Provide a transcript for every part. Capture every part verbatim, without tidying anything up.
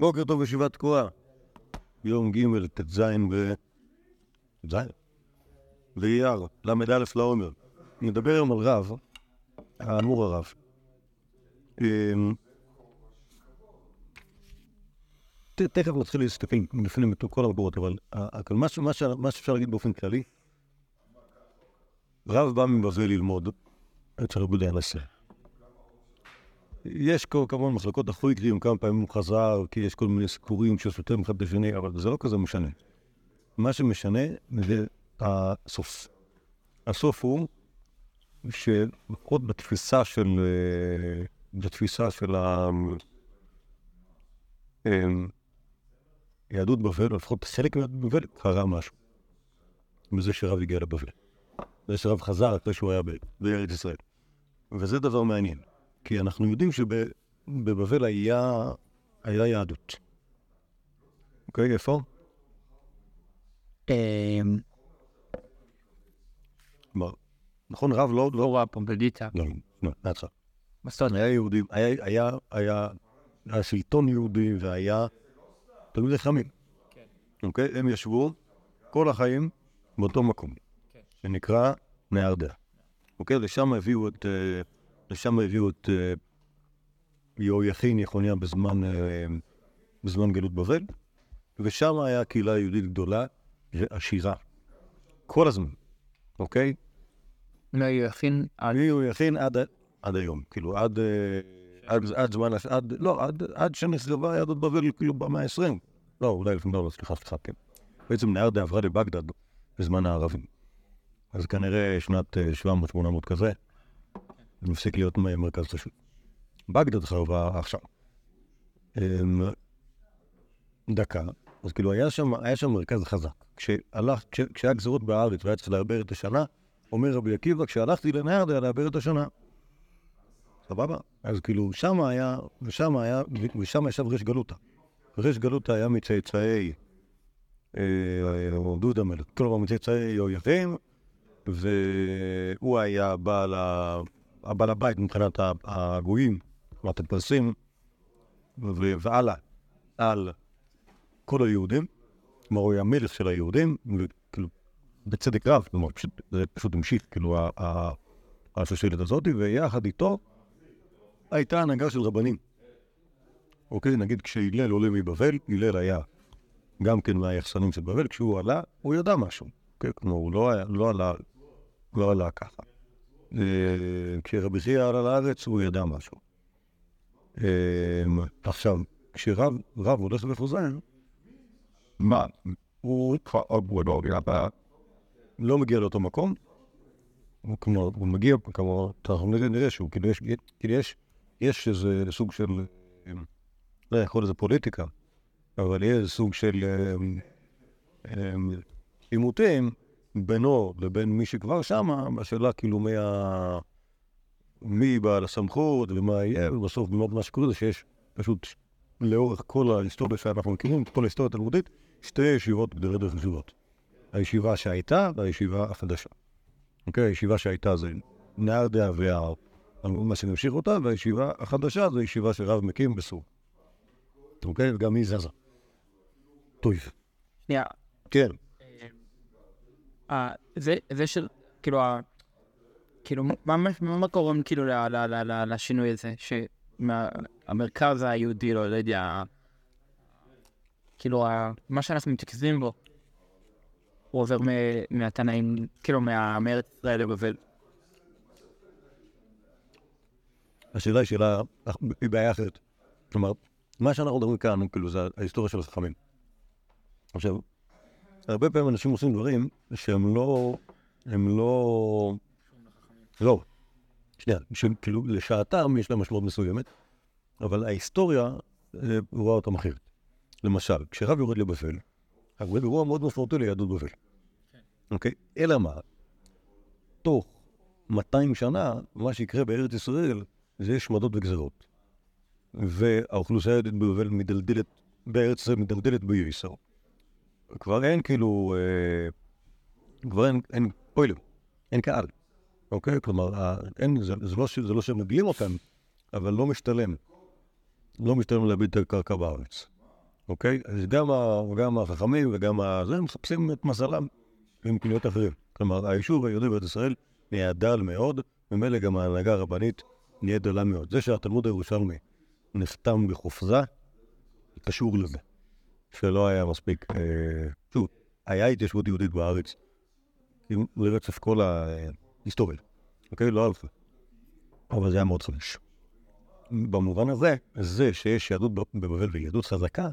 בוקר טוב ישיבת תקועה, יום ג' ט"ז ב... ט"ז? ואייר, למד א' לעומר. נדבר היום על רב, האמור הרב. תכף נתחיל להסתכל לפנים את כל המקורות, אבל מה שאפשר להגיד באופן כללי, רב בא מבבל ללמוד את רבי יהודה הנשיא. יש כמובן מחלקות אחרי קריאים, כמה פעמים הוא חזר, כי יש כל מיני סיפורים שסותרים אחד לשני, אבל זה לא כזה משנה. מה שמשנה זה הסוף. הסוף הוא שלפחות בתפיסה של, בתפיסה של היהדות בבל, או לפחות חלק מהיהדות בבל, קרה משהו. מזה שרב הגיע לבבל. זה שרב חזר אחרי שהוא היה בארץ ישראל. וזה דבר מעניין. כי אנחנו יודעים שבבבל היה, היה יהדות. אוקיי, איפה? נכון, רב לא... לא רב, פומפדיטה. לא, לא, נעצה. מסוד. היה יהודי, היה, היה, היה, היה שלטון יהודי והיה תלמידי חכמים. כן. אוקיי, הם ישבו כל החיים באותו מקום. כן. שנקרא נהרדעא. אוקיי, לשם הביאו את... לשם הביאו את יהויכין יחוניה בזמן, בזמן גלות בבל, ושם היה קהילה יהודית גדולה ועשירה. כל הזמן, אוקיי? יהויכין עד... יהויכין עד, עד היום, כאילו עד, עד, עד זמן, עד, לא, עד, עד שנחרבה יהדות בבל, כאילו במאה ה-עשרים. לא, אולי לפני, לא, סליחה, סליחה, כן. בעצם נהרדעא עברה לבגדד בזמן הערבים. אז כנראה שנת שבע מאות שמונה מאות כזה, זה מפסיק להיות מרכז חשוב. בגדד חרבה עכשיו. דקה. אז כאילו היה שם, היה שם מרכז חזק. כשהלך, כש, כשהיה גזירות בארץ והיה צריך לעבר את השנה, אומר רבי עקיבא, כשהלכתי לנהרדעא לעבר את השנה. סבבה? אז כאילו שם היה, ושם היה, ושם ישב ריש גלותא. ריש גלותא היה מצאצאי דוד המלך. כלומר מצאצאי יהויכין, והוא היה בעל ה... הבעל הבית מבחינת הגויים, כלומר הפרסים, ועלה על כל היהודים, כלומר הוא היה המלך של היהודים, וכאילו בצדק רב, כלומר פשוט, זה פשוט המשיך, כאילו השושלת הזאת, ויחד איתו הייתה הנהגה של רבנים. אוקיי, נגיד כשהילל עולה מבבל, הילל היה גם כן מהיחסנים של בבל, כשהוא עלה, הוא ידע משהו, אוקיי? כלומר הוא לא, היה, לא עלה, לא עלה ככה. כשרבי חייא עלה לארץ, הוא ידע משהו. עכשיו, כשרב הולך וחוזר, מה? הוא לא מגיע לאותו מקום, כלומר, הוא מגיע, כלומר, אנחנו נראה שהוא, כאילו יש, יש איזה סוג של, לא יכול לזה פוליטיקה, אבל יש איזה סוג של עימותים, בינו לבין מי שכבר שמה, בשאלה כאילו מה... מי בעל הסמכות ומה יהיה, ובסוף באמת מה שקורה זה שיש פשוט לאורך כל ההיסטוריה שאנחנו מכירים, כל ההיסטוריה התלמודית, שתי ישיבות גדולות חשובות. הישיבה שהייתה והישיבה החדשה. אוקיי, הישיבה שהייתה זה נהרדעא ומה שנמשיך אותה, והישיבה החדשה זה ישיבה שרב מקים בסור. אוקיי, וגם היא זזה. טוב. שנייה. כן. זה, זה של, כאילו, כאילו, מה קוראים, כאילו, לשינוי הזה, שהמרכז היהודי, לא יודע, כאילו, מה שאנחנו מתרכזים בו, הוא עובר מהתנאים, כאילו, מארץ ישראל לבבל. השאלה היא שאלה, היא בעיה אחרת. כלומר, מה שאנחנו מדברים כאן, כאילו, זה ההיסטוריה של החכמים. עכשיו, הרבה פעמים אנשים עושים דברים שהם לא, הם לא, לא, שנייה, שכאילו לשעתם יש להם משמעות מסוימת, אבל ההיסטוריה רואה אותם אחרת. למשל, כשרב יורד לבבל, הוא אירוע מאוד משמעותי ליהדות בבל. אוקיי? אלא מה? תוך מאתיים שנה, מה שיקרה בארץ ישראל, זה שמדות וגזרות. והאוכלוסייה היהודית בבבל מדלדלת, בארץ ישראל מדלדלת ביועיסר. כבר אין כאילו, אה, כבר אין, אין פוילם, אין קהל, אוקיי? כלומר, אין, זה, זה לא, זה לא שמגלים אותם, אבל לא משתלם, לא משתלם להביט את הקרקע בארץ. אוקיי? אז גם, ה, גם החכמים וגם הזה מחפשים את מזלם עם קניות אחרים. כלומר, היישוב היהודי בארץ ישראל נהיה דל מאוד, ממילא גם ההנהגה הרבנית נהיה דלה מאוד. זה שהתלמוד הירושלמי נחתם בחופזה, קשור לזה. שלא היה מספיק, אה, שוב, היה התיישבות יהודית בארץ, עם רצף כל ההיסטוריה. אוקיי? לא הלכה. אבל זה היה מאוד חדש. במובן הזה, זה שיש יהדות בבבל ויהדות חזקה,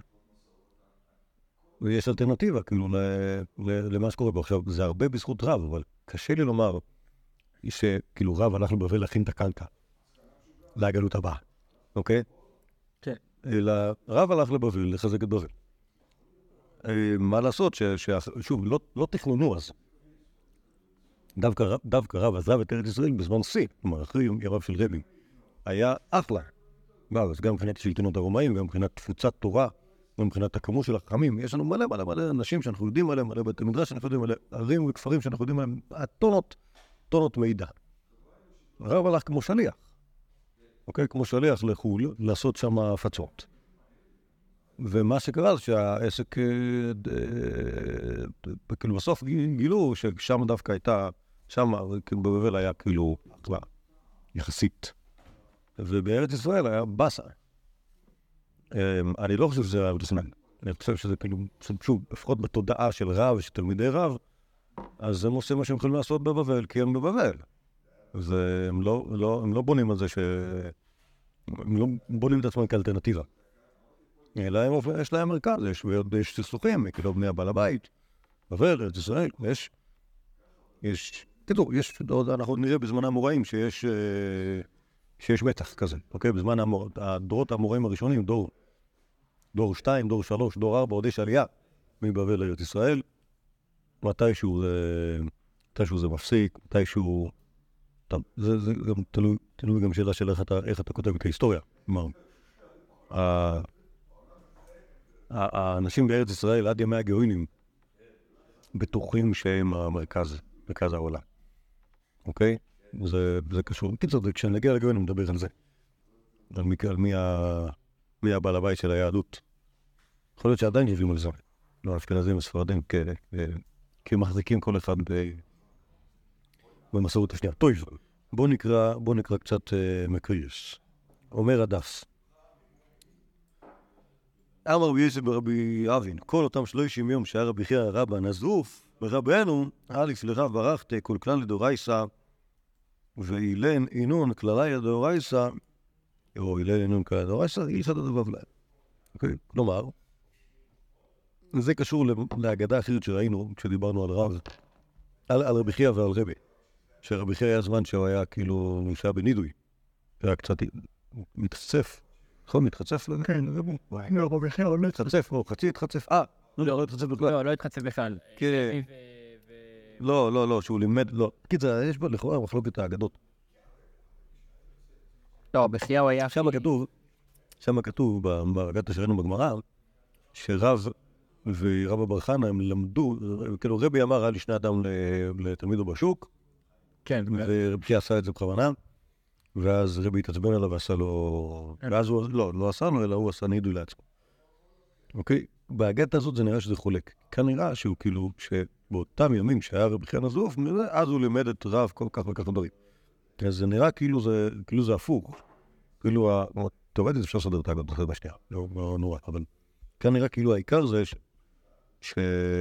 ויש אלטרנטיבה, כאילו, למה שקורה פה. עכשיו, זה הרבה בזכות רב, אבל קשה לי לומר שכאילו רב הלך לבבל להכין את הקרקע לגלות הבאה, אוקיי? כן. אלא רב הלך לבבל לחזק את בבל. מה לעשות, ששוב, לא תכננו אז. דווקא רב עזב את ארץ ישראל בזמן שיא, כלומר, אחרי ימיו של רבי. היה אחלה. בארץ, גם מבחינת שלטונות הרומאים, גם מבחינת תפוצת תורה, גם מבחינת הכמות של החכמים. יש לנו מלא מלא מלא אנשים שאנחנו יודעים עליהם, מלא בית המדרש שאנחנו יודעים עליהם, ערים וכפרים שאנחנו יודעים עליהם, טונות, טונות מידע. הרב הלך כמו שליח, אוקיי? כמו שליח לחול, לעשות שם הפצות. ומה שקרה זה שהעסק, כאילו בסוף גילו ששם דווקא הייתה, שם בבבל היה כאילו יחסית. ובארץ ישראל היה בסה. אני לא חושב שזה היה בזמן. אני חושב שזה כאילו, שוב, לפחות בתודעה של רב ושל תלמידי רב, אז הם עושים מה שהם יכולים לעשות בבבל, כי הם בבבל. והם לא, לא, הם לא בונים על זה ש... הם לא בונים את עצמם כאלטרנטיבה. אלא יש להם מרכז, יש, יש סכסוכים, כאילו בני הבעל הבית, בבל, ארץ ישראל, יש... יש... כתוב, יש... אנחנו נראה בזמן האמוראים שיש... שיש מתח כזה, אוקיי? בזמן המור... הדורות האמוראים הראשונים, דור... דור שתיים, דור שלוש, דור ארבע, עוד יש עלייה מבבל לארץ ישראל. מתישהו זה... מתישהו זה מפסיק, מתישהו... טוב, זה, זה גם תלוי, תלוי גם שאלה של איך אתה, איך אתה כותב את ההיסטוריה. כלומר, האנשים בארץ ישראל עד ימי הגאונים בטוחים שהם המרכז, מרכז העולם. אוקיי? זה, זה קשור. קיצור, כשנגיע לגאונים נדבר על זה. על מי, על מי, ה, מי הבעל הבית של היהדות. יכול להיות שעדיין יביאו על זה. לא, אשכנזים וספרדים כ, כי מחזיקים כל אחד ב, במסורת השנייה. טוב, בוא נקרא, בוא נקרא קצת uh, מקריאס. אומר הדס. אמר רבי יוסף ברבי אבין, כל אותם שלושים יום שהיה רבי חייא רבא נזוף ברבנו, א' לרב ברכת כל כלל לדורייסא, ואילן אינון כללי לדורייסא, או אילן אינון כללי לדורייסא, הלכת דבבלי. אוקיי? כלומר, זה קשור להגדה אחרת שראינו כשדיברנו על רב, על, על רבי חייא ועל רבי. שרבי חייא היה זמן שהוא היה כאילו נשאר בנידוי, היה קצת מתחצף. נכון, מתחצף? כן, לא, רבי חייא לא התחצף, או חצי התחצף, אה, לא התחצף בכלל. לא, לא התחצף בכלל. לא, לא, לא, שהוא לימד, לא. קיצר, יש בו לכאורה מחלוקת האגדות. לא, בחייא הוא היה... שם כתוב, שם כתוב בהגדה שראינו בגמרא, שרב ורבא בר חנא הם למדו, כאילו רבי אמר, היה לי שני אדם לתלמידו בשוק, כן, ורבי חייא עשה את זה בכוונה, ואז רבי התעצבן עליו ועשה לו... ואז הוא, לא, לא עשה לו, אלא הוא עשה נידוי לעצמו. אוקיי? בהגדה הזאת זה נראה שזה חולק. כאן נראה שהוא כאילו, שבאותם ימים שהיה רבי חייא נזוף, אז הוא לימד את רב כל כך וכך דברים. אז זה נראה כאילו זה, כאילו זה הפוך. כאילו, תאורטית אפשר לסדר את ההגדה אחת בשנייה, לא נורא, אבל כאן נראה כאילו העיקר זה ש...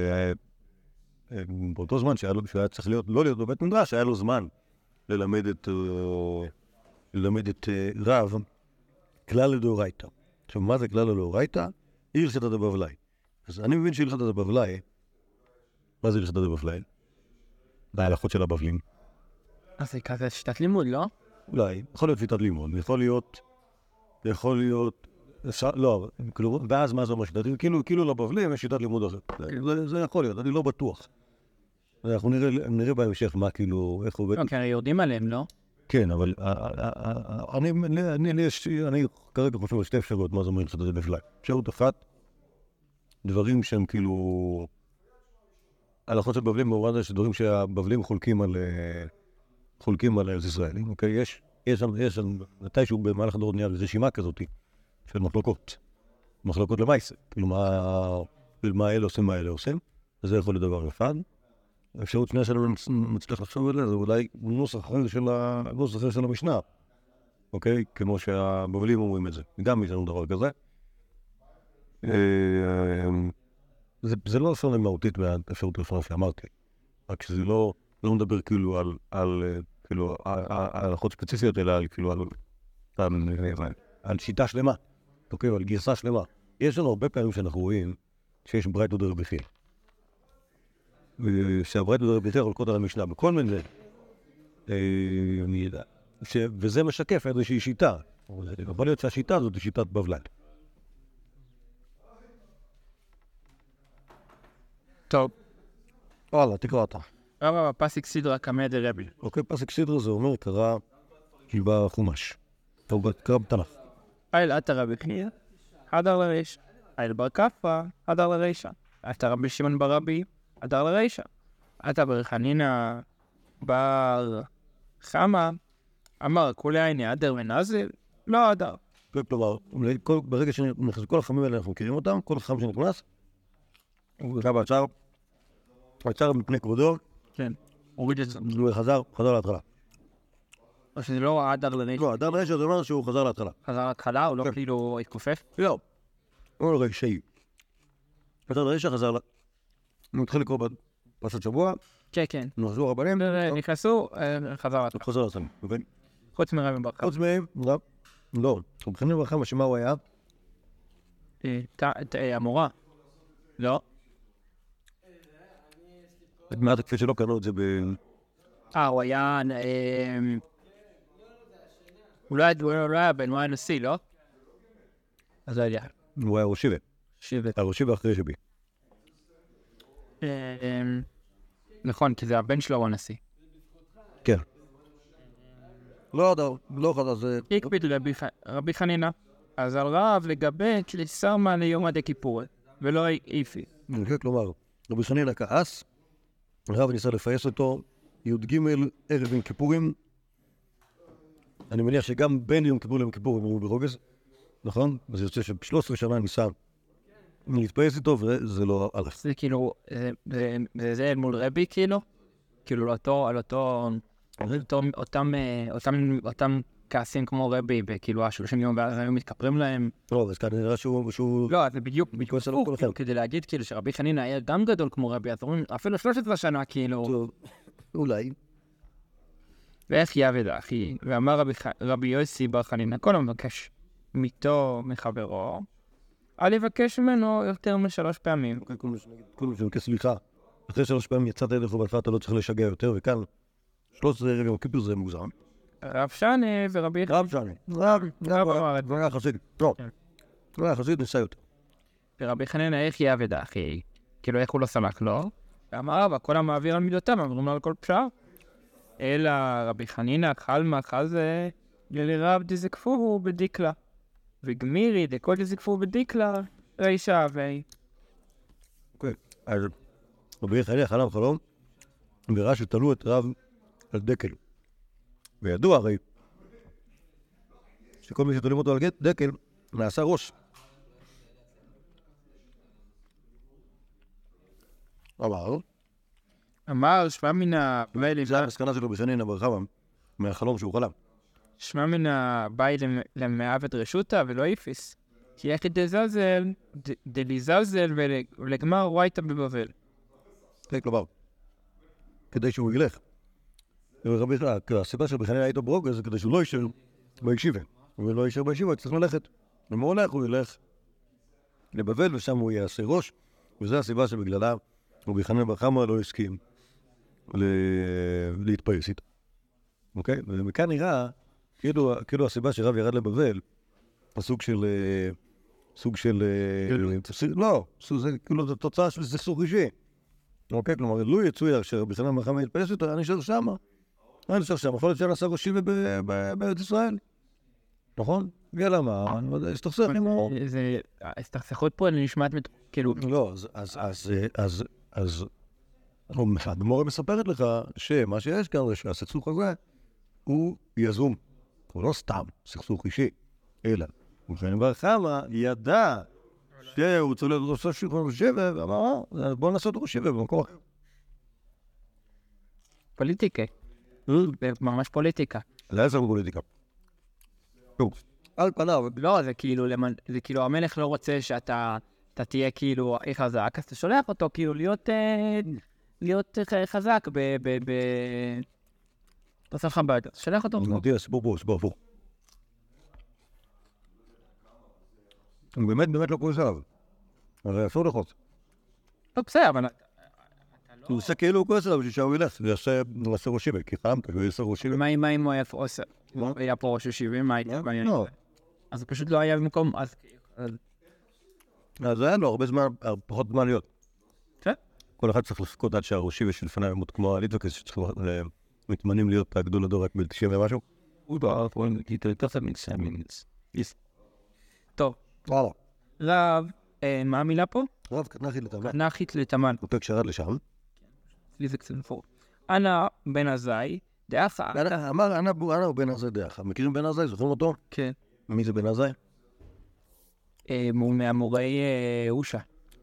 באותו זמן שהיה צריך להיות, לא להיות בבית מדרש, היה לו זמן ללמד את... ללמד את רב כלל לדאורייתא. עכשיו, מה זה כלל לדאורייתא? היא הלכתא דבבלי. אז אני מבין שהלכתא דבבלי, מה זה הלכתא דבבלי? בהלכות של הבבלים. אז זה כזה שיטת לימוד, לא? אולי, יכול להיות שיטת לימוד, יכול להיות, יכול להיות, לא, כאילו, ואז מה זה אומר שיטת לימוד? כאילו, כאילו לבבלים יש שיטת לימוד אחרת. זה יכול להיות, אני לא בטוח. אנחנו נראה בהמשך מה כאילו, איך עובד. לא, כי הרי יודעים עליהם, לא? כן, אבל אני כרגע חושב על שתי אפשרויות מה זה אומר הלכתא דבבלי. אפשרות אחת, דברים שהם כאילו... הלכות של בבלים במובן זה שדברים שהבבלים חולקים על חולקים על ארץ ישראל, אוקיי? יש, יש שם, יש שם, מתישהו במהלך הדורות נהיה רשימה כזאת של מחלוקות. מחלוקות למעשה. כאילו, מה אלה עושים, מה אלה עושים. וזה יכול להיות דבר אחד. האפשרות שנייה שלנו מצליח לחשוב עליה, זה אולי נוסח אחר של הנוסח אחר של המשנה. אוקיי? כמו שהבבלים אומרים את זה. גם יש לנו דבר כזה. זה לא שונה מהותית מהאפשרות הראשונה שאמרתי. רק שזה לא מדבר כאילו על הלכות ספציפיות, אלא על שיטה שלמה. אוקיי? על גרסה שלמה. יש לנו הרבה פעמים שאנחנו רואים שיש ברייתא דרבי חייא. שהברייתא דרבי חייא חולקות על המשנה בכל מיני, אני יודע, וזה משקף איזושהי שיטה. יכול להיות שהשיטה הזאת היא שיטת בבלן. טוב. וואלה, תקרא אותה. רבא פסיק סידרא קמא דרבי. אוקיי, פסיק סידרא זה אומר קרא בחומש. טוב, קרא בתנ"ך. אייל עטה רבי חייא, הדר לרישא. אייל בר כפרא, הדר לרישא. עטה רבי שמעון בר רבי, הדר לרישא. עטה בר חנינא בר חמא, אמר כולי עיני הדר ונזל, לא הדר. כלומר, ברגע שנכנס כל החכמים האלה אנחנו מכירים אותם, כל חכם שנכנס, הוא קרא בעצר, בעצר מפני כבודו, כן, הוריד את זה. הוא חזר, חזר להתחלה. או שזה לא הדר לרישא. לא, הדר לרישא זה אומר שהוא חזר להתחלה. חזר להתחלה, הוא לא כאילו התכופף? לא. הוא לא רישאי. הדר לרישא חזר, הוא התחיל לקרוא בפרשת שבוע, כן, כן. נחזו הרבנים, נכנסו, חזר להתחלה. חזר להתחלה, מבין? חוץ מרבי בר חמא. חוץ מהם, לא. לא. רבי חנינא בר חמא, שמה הוא היה? המורה. לא. מעט כפי שלא קראנו את זה ב... אה, הוא היה... הוא לא היה בן, הוא היה נשיא, לא? אז לא יודע. הוא היה ראש שיבה. שיבה. הראש שיבה אחרי שבי. נכון, כי זה הבן שלו הוא הנשיא. כן. לא יודע, לא חדש, זה... הקפיד רבי חנינא, אז על רב לגבי כליסרמה ליום עדי כיפור, ולא איפי. כלומר, רבי חנינא כעס, הרב ניסה לפייס אותו, י"ג ערב יום כיפורים. אני מניח שגם בין יום כיפור ליום כיפור הם היו ברוגז, נכון? אז זה יוצא ש-שלוש עשרה שנה ניסה להתפייס איתו, וזה לא הלך. זה כאילו, זה אל מול רבי כאילו? כאילו על אותו, על אותו, אותם, אותם כעסים כמו רבי, וכאילו השלושים יום ואז היו מתכפרים להם. לא, אז כאן נראה שהוא... לא, זה בדיוק, בדיוק ספור, כדי להגיד כאילו שרבי חנינא היה גם גדול כמו רבי, אז אומרים, אפילו שלוש עשרה שנה כאילו. אולי. ואיך יעבד אחי, ואמר רבי יוסי בר חנינא, כל המבקש מיתו מחברו, אל יבקש ממנו יותר משלוש פעמים. כל מי שמבקש סליחה, אחרי שלוש פעמים יצאת ידי חובתך, אתה לא צריך לשגע יותר, וכאן שלוש עשרה ערב יום כיפור זה מוגזם. רב שני ורבי... רב שני. רב, רב, רב, היה חסיד. לא, לא היה חסיד, ניסה יותר. ורבי חנינא איך יעבד אחי, כאילו איך הוא לא סמך לו, ואמר רבא, כל המעביר על מידותיו, אמרים לו על כל פשעה. אלא רבי חנינא חלמא חזה לרב דזקפוהו בדיקלה, וגמירי דכל דזקפוהו בדיקלה, רישא אבי. אוקיי, אז רבי חנינא חלם חלום, וראה שתלו את רב על דקל. וידוע הרי שכל מי שתולים אותו על דקל נעשה ראש. אמר? אמר, שמע מן הבית... זה המסקנה שלו בחנינא בר חמא, מהחלום שהוא חלם. שמע מן הבית למעבד רשותא ולא איפיס. כי איך דזלזל, דליזלזל ולגמר וייטה בבבל. כלומר, כדי שהוא ילך. הסיבה של בחנינא הייתו ברוגז זה כדי שהוא לא יישאר בישיבה. הוא לא יישאר בישיבה, הוא צריך ללכת. אם הוא הולך, הוא ילך לבבל ושם הוא יעשה ראש. וזו הסיבה שבגללה רבי חנינא בר חמא לא הסכים להתפייס איתו. אוקיי? ומכאן נראה, כאילו הסיבה שרב ירד לבבל, הסוג של... סוג של... לא, זה כאילו זו תוצאה של סכסוך אישי. אוקיי? כלומר, לו יצויר שרבי חנינא בר חמא יתפייס איתו, אני נשאר שמה. אני נשאר שמה, יכול להיות שנעשה ראשי בארץ ישראל. נכון? יאללה מה, הסתכסך עם האור. זה... הסתכסכות פה נשמעת כאילו... לא, אז... אז... המורה מספרת לך שמה שיש כאן זה שהסכסוך הזה הוא יזום. הוא לא סתם סכסוך אישי, אלא רבי חנינא בר חמא ידע שהוא צריך להיות ראש שבע, ואמר, בוא נעשה אותו ראש שבע במקום אחר. פוליטיקה. ממש פוליטיקה. זה עשר פוליטיקה. טוב, על פניו. לא, זה כאילו, זה כאילו, המלך לא רוצה שאתה תהיה כאילו הכי חזק, אז אתה שולח אותו כאילו להיות, להיות חזק ב... ב... ב... תעשה לך בעד, שולח אותו. תראה, סיפור פה, סיפור פה. הוא באמת באמת לא כועס עליו. הרי אסור לחוץ. לא, בסדר, אבל... הוא עושה כאילו הוא כועס עליו בשביל שהוא ילך, ויעשה ראש שבע, כי חלמת, הוא יעשה ראש שבע. מה אם הוא היה פה ראש שבעים? מה היה? לא. אז הוא פשוט לא היה במקום, אז... אז היה לו הרבה זמן, פחות זמן להיות. כן. כל אחד צריך לחכות עד שהראש שבע שלפני ימות כמו הליטוקס, שצריכים מתמנים להיות הגדול הדור רק ב-תשעים ומשהו. הוא בא, הוא ככה מינס. טוב. וואלה. רב, מה המילה פה? רב, קטנחית לתמן. קטנחית לתמן. הוא פק שרד לשם. לי זה קצת מפור. אנא בן עזאי, דאחה. אמר, אנא הוא בן עזאי דאחה. מכירים בן עזאי? זוכרים אותו? כן. מי זה בן עזאי? מהמורי אושה.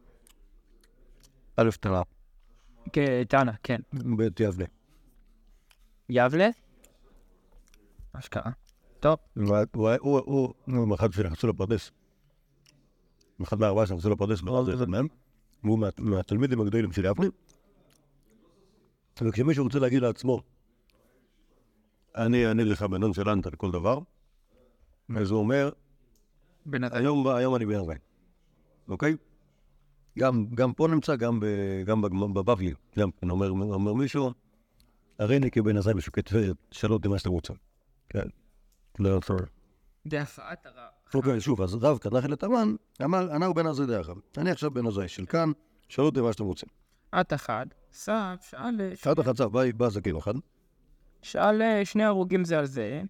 א' תנא. כן, תנא, כן. בית יבלה. יבלה? אשכרה. טוב. הוא מאחד שנכנסו לפרדס. מאחד מהארבעה שנכנסו לפרדס, לא זה אחד מהם. והוא מהתלמידים הגדולים של יבנה. וכשמישהו רוצה להגיד לעצמו, אני אענה לך בנון של אנטה לכל דבר, אז הוא אומר, היום אני בן עזאי. אוקיי? גם פה נמצא, גם בבבלי. גם אומר מישהו, הרי אני כבן עזאי בשוקי טבריה, שאלו אותי מה שאתם רוצים. כן. לא יותר. דאפת הרב. אוקיי, שוב, אז רב קטנחית לתמן, אמר, אני הוא בן עזאי דאחה. אני עכשיו בן עזאי של כאן, שאלו אותי מה שאתם רוצים. את אחד, סף, שאל... את אחד, סף, בא זקן אחד. שאל שני הרוגים זה על זה.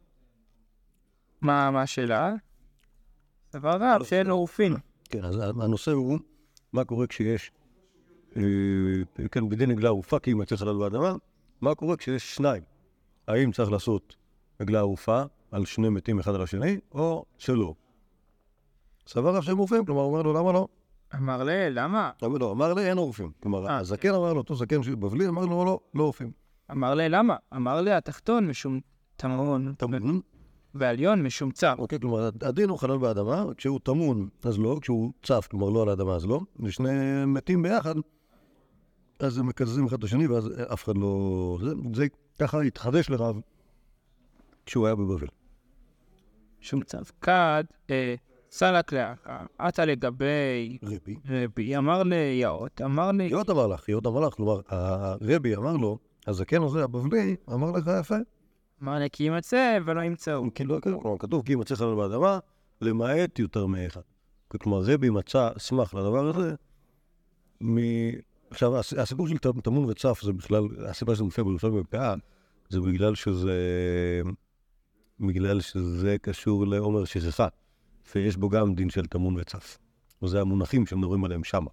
מה השאלה? דבר רב, שאין לו רופין. כן, אז הנושא הוא, מה קורה כשיש, כן, בדין נגלה ערופה, כי אם יצא חלל באדמה, מה קורה כשיש שניים? האם צריך לעשות נגלה ערופה על שני מתים אחד על השני, או שלא? סבר רב שהם רופאים, כלומר, הוא אומר לו, למה לא? אמר לי, למה? לא, אמר לי, אין רופאים. כלומר, הזקן אמר לו, אותו זקן שבבלי, אמר לו, לא, לא רופאים. אמר לי, למה? אמר לי, התחתון משום תמון, והעליון משום צף. אוקיי, כלומר, הדין הוא חלל באדמה, כשהוא תמון, אז לא, כשהוא צף, כלומר, לא על האדמה, אז לא. ושני מתים ביחד, אז הם מקזזים אחד את השני, ואז אף אחד לא... זה ככה התחדש לרב כשהוא היה בבבל. שום צף. כד, סלק לאחר, עתה לגבי רבי. רבי, אמר לי יאות, אמר לי... יאות אמר לך, יאות אמר לך, כלומר, הרבי אמר לו, הזקן הזה, הבבלי, אמר לך יפה. אמר לי, כי ימצא ולא ימצאו. כלומר, כתוב, כי ימצא חלל באדמה, למעט יותר מאחד. כלומר, רבי מצא סמך לדבר הזה, מ... עכשיו, הסיפור של תמון וצף, זה בכלל, הסיבה שזה מופיע בראשון בפאה, זה בגלל שזה... בגלל שזה קשור לעומר שכחה, ויש בו גם דין של תמון וצף. וזה המונחים שמדברים עליהם שמה.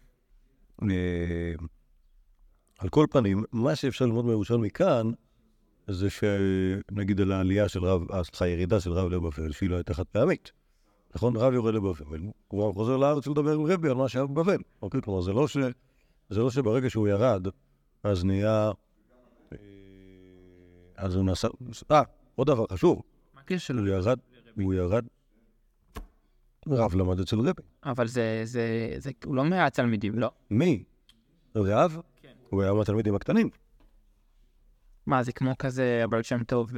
על כל פנים, מה שאפשר ללמוד מירושלמי מכאן, זה שנגיד על העלייה של רב, סליחה, הירידה של רב לבבל, שהיא לא הייתה חד פעמית. נכון? רב יורד לבבל, הוא חוזר לארץ לדבר עם רבי על מה שהיה בבבל. אוקיי? כלומר, זה לא ש... זה לא שברגע שהוא ירד, אז נהיה... אז הוא נעשה... אה, עוד דבר חשוב. מה הקשר? הוא ירד, הוא ירד... רב למד אצל רבי. אבל זה, זה, זה... הוא לא מהתלמידים, לא? מי? רב? כן. הוא היה מהתלמידים הקטנים. מה, זה כמו כזה הבעל שם טוב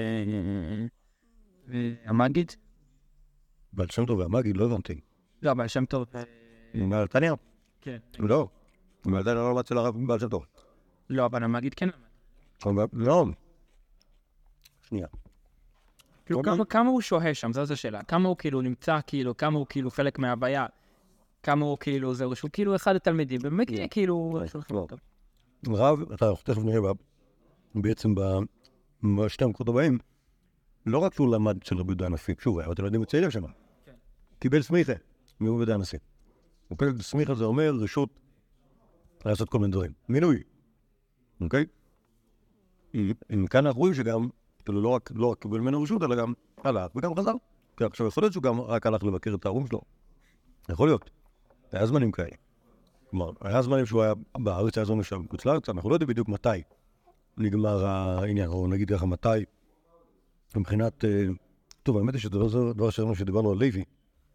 והמגיד? בעל שם טוב והמגיד, לא הבנתי. לא, הבעל שם טוב... מהתניא? כן. לא. הוא עדיין לא למד אצל הרב בעל שם טוב. לא, אבל המגיד כן למד. לא. שנייה. כמה הוא שוהה שם, זו זו שאלה. כמה הוא כאילו נמצא, כאילו, כמה הוא כאילו חלק מההוויה. כמה הוא כאילו, זהו, שהוא כאילו אחד התלמידים. באמת כאילו... רב, אתה תכף נראה בעצם בשתי המקורות הבאים, לא רק שהוא למד אצל רבי יהודה הנשיא, שוב, היה אתם יודעים מציילים שם. קיבל סמיכה מרבי יהודה הנשיא. הוא קיבל סמיכה, זה אומר רשות לעשות כל מיני דברים. מינוי. אוקיי? אם כאן אנחנו רואים שגם, כאילו לא רק, לא רק קיבל ממנו רשות, אלא גם הלך וגם חזר. כי עכשיו יכול להיות שהוא גם רק הלך לבקר את ההורים שלו. יכול להיות. היה זמנים כאלה. כלומר, היה זמנים שהוא היה בארץ, היה זמנים שם בחוץ לארץ, אנחנו לא יודעים בדיוק מתי נגמר העניין, או נגיד ככה מתי, מבחינת... טוב, האמת היא שזה דבר שלנו שדיברנו על לוי.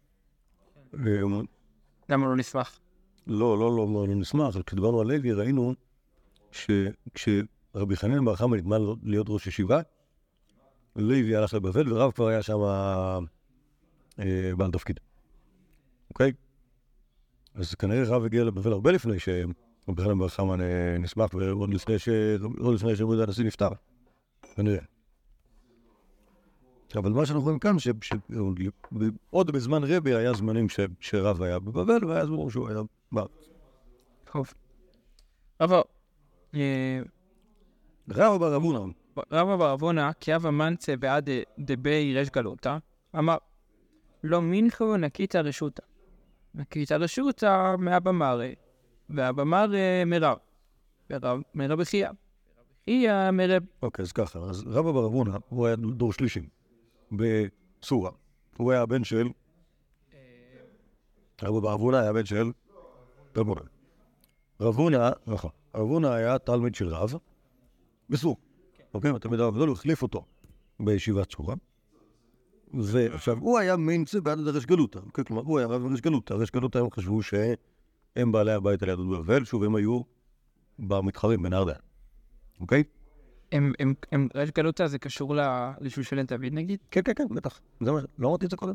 למה לא נשמח? לא, לא, לא, לא נשמח. כשדיברנו על לוי, ראינו שכשרבי חנין בר חמא נגמר להיות ראש ישיבה, לוי הלך לבבל, ורב כבר היה שם בעל תפקיד. אוקיי? אז כנראה רב הגיע לבבל הרבה לפני שרבי חנין בר חמא נשמח, ועוד לפני שרבי הנשיא נפטר. כנראה. אבל מה שאנחנו רואים כאן, שעוד בזמן רבי היה זמנים שרב היה בבבל, והיה זמנים שהוא היה בארץ. טוב. אבל... רבא בר אבונה. רבא בר אבונה, כאב המנצה בעד דבי ריש גלותא, אמר, לא מנחו נקית הרשותא. נקית הרשותא מאבא מרי, ואבא מרי מרב. ורב מרב חייא. חייא מרב. אוקיי, אז ככה. אז רבא בר אבונה, הוא היה דור שלישי. בסורה. הוא היה הבן של... רבא בר אבונה היה הבן של... רב הונא. רב הונא, נכון. רב הונא היה תלמיד של רב בסור. אוקיי? התלמיד הרב גדול, הוא החליף אותו בישיבת סורה. ועכשיו, הוא היה מינצה בעד ריש גלותא. כלומר, הוא היה רב ריש גלותא. ריש גלותא הם חשבו שהם בעלי הבית על יהדות בבל, שוב, הם היו במתחרים בין ארדן. אוקיי? הם, הם, הם, ריש גלותא זה קשור לשושלת דוד נגיד? כן, כן, כן, בטח. זה מה, לא אמרתי את זה קודם?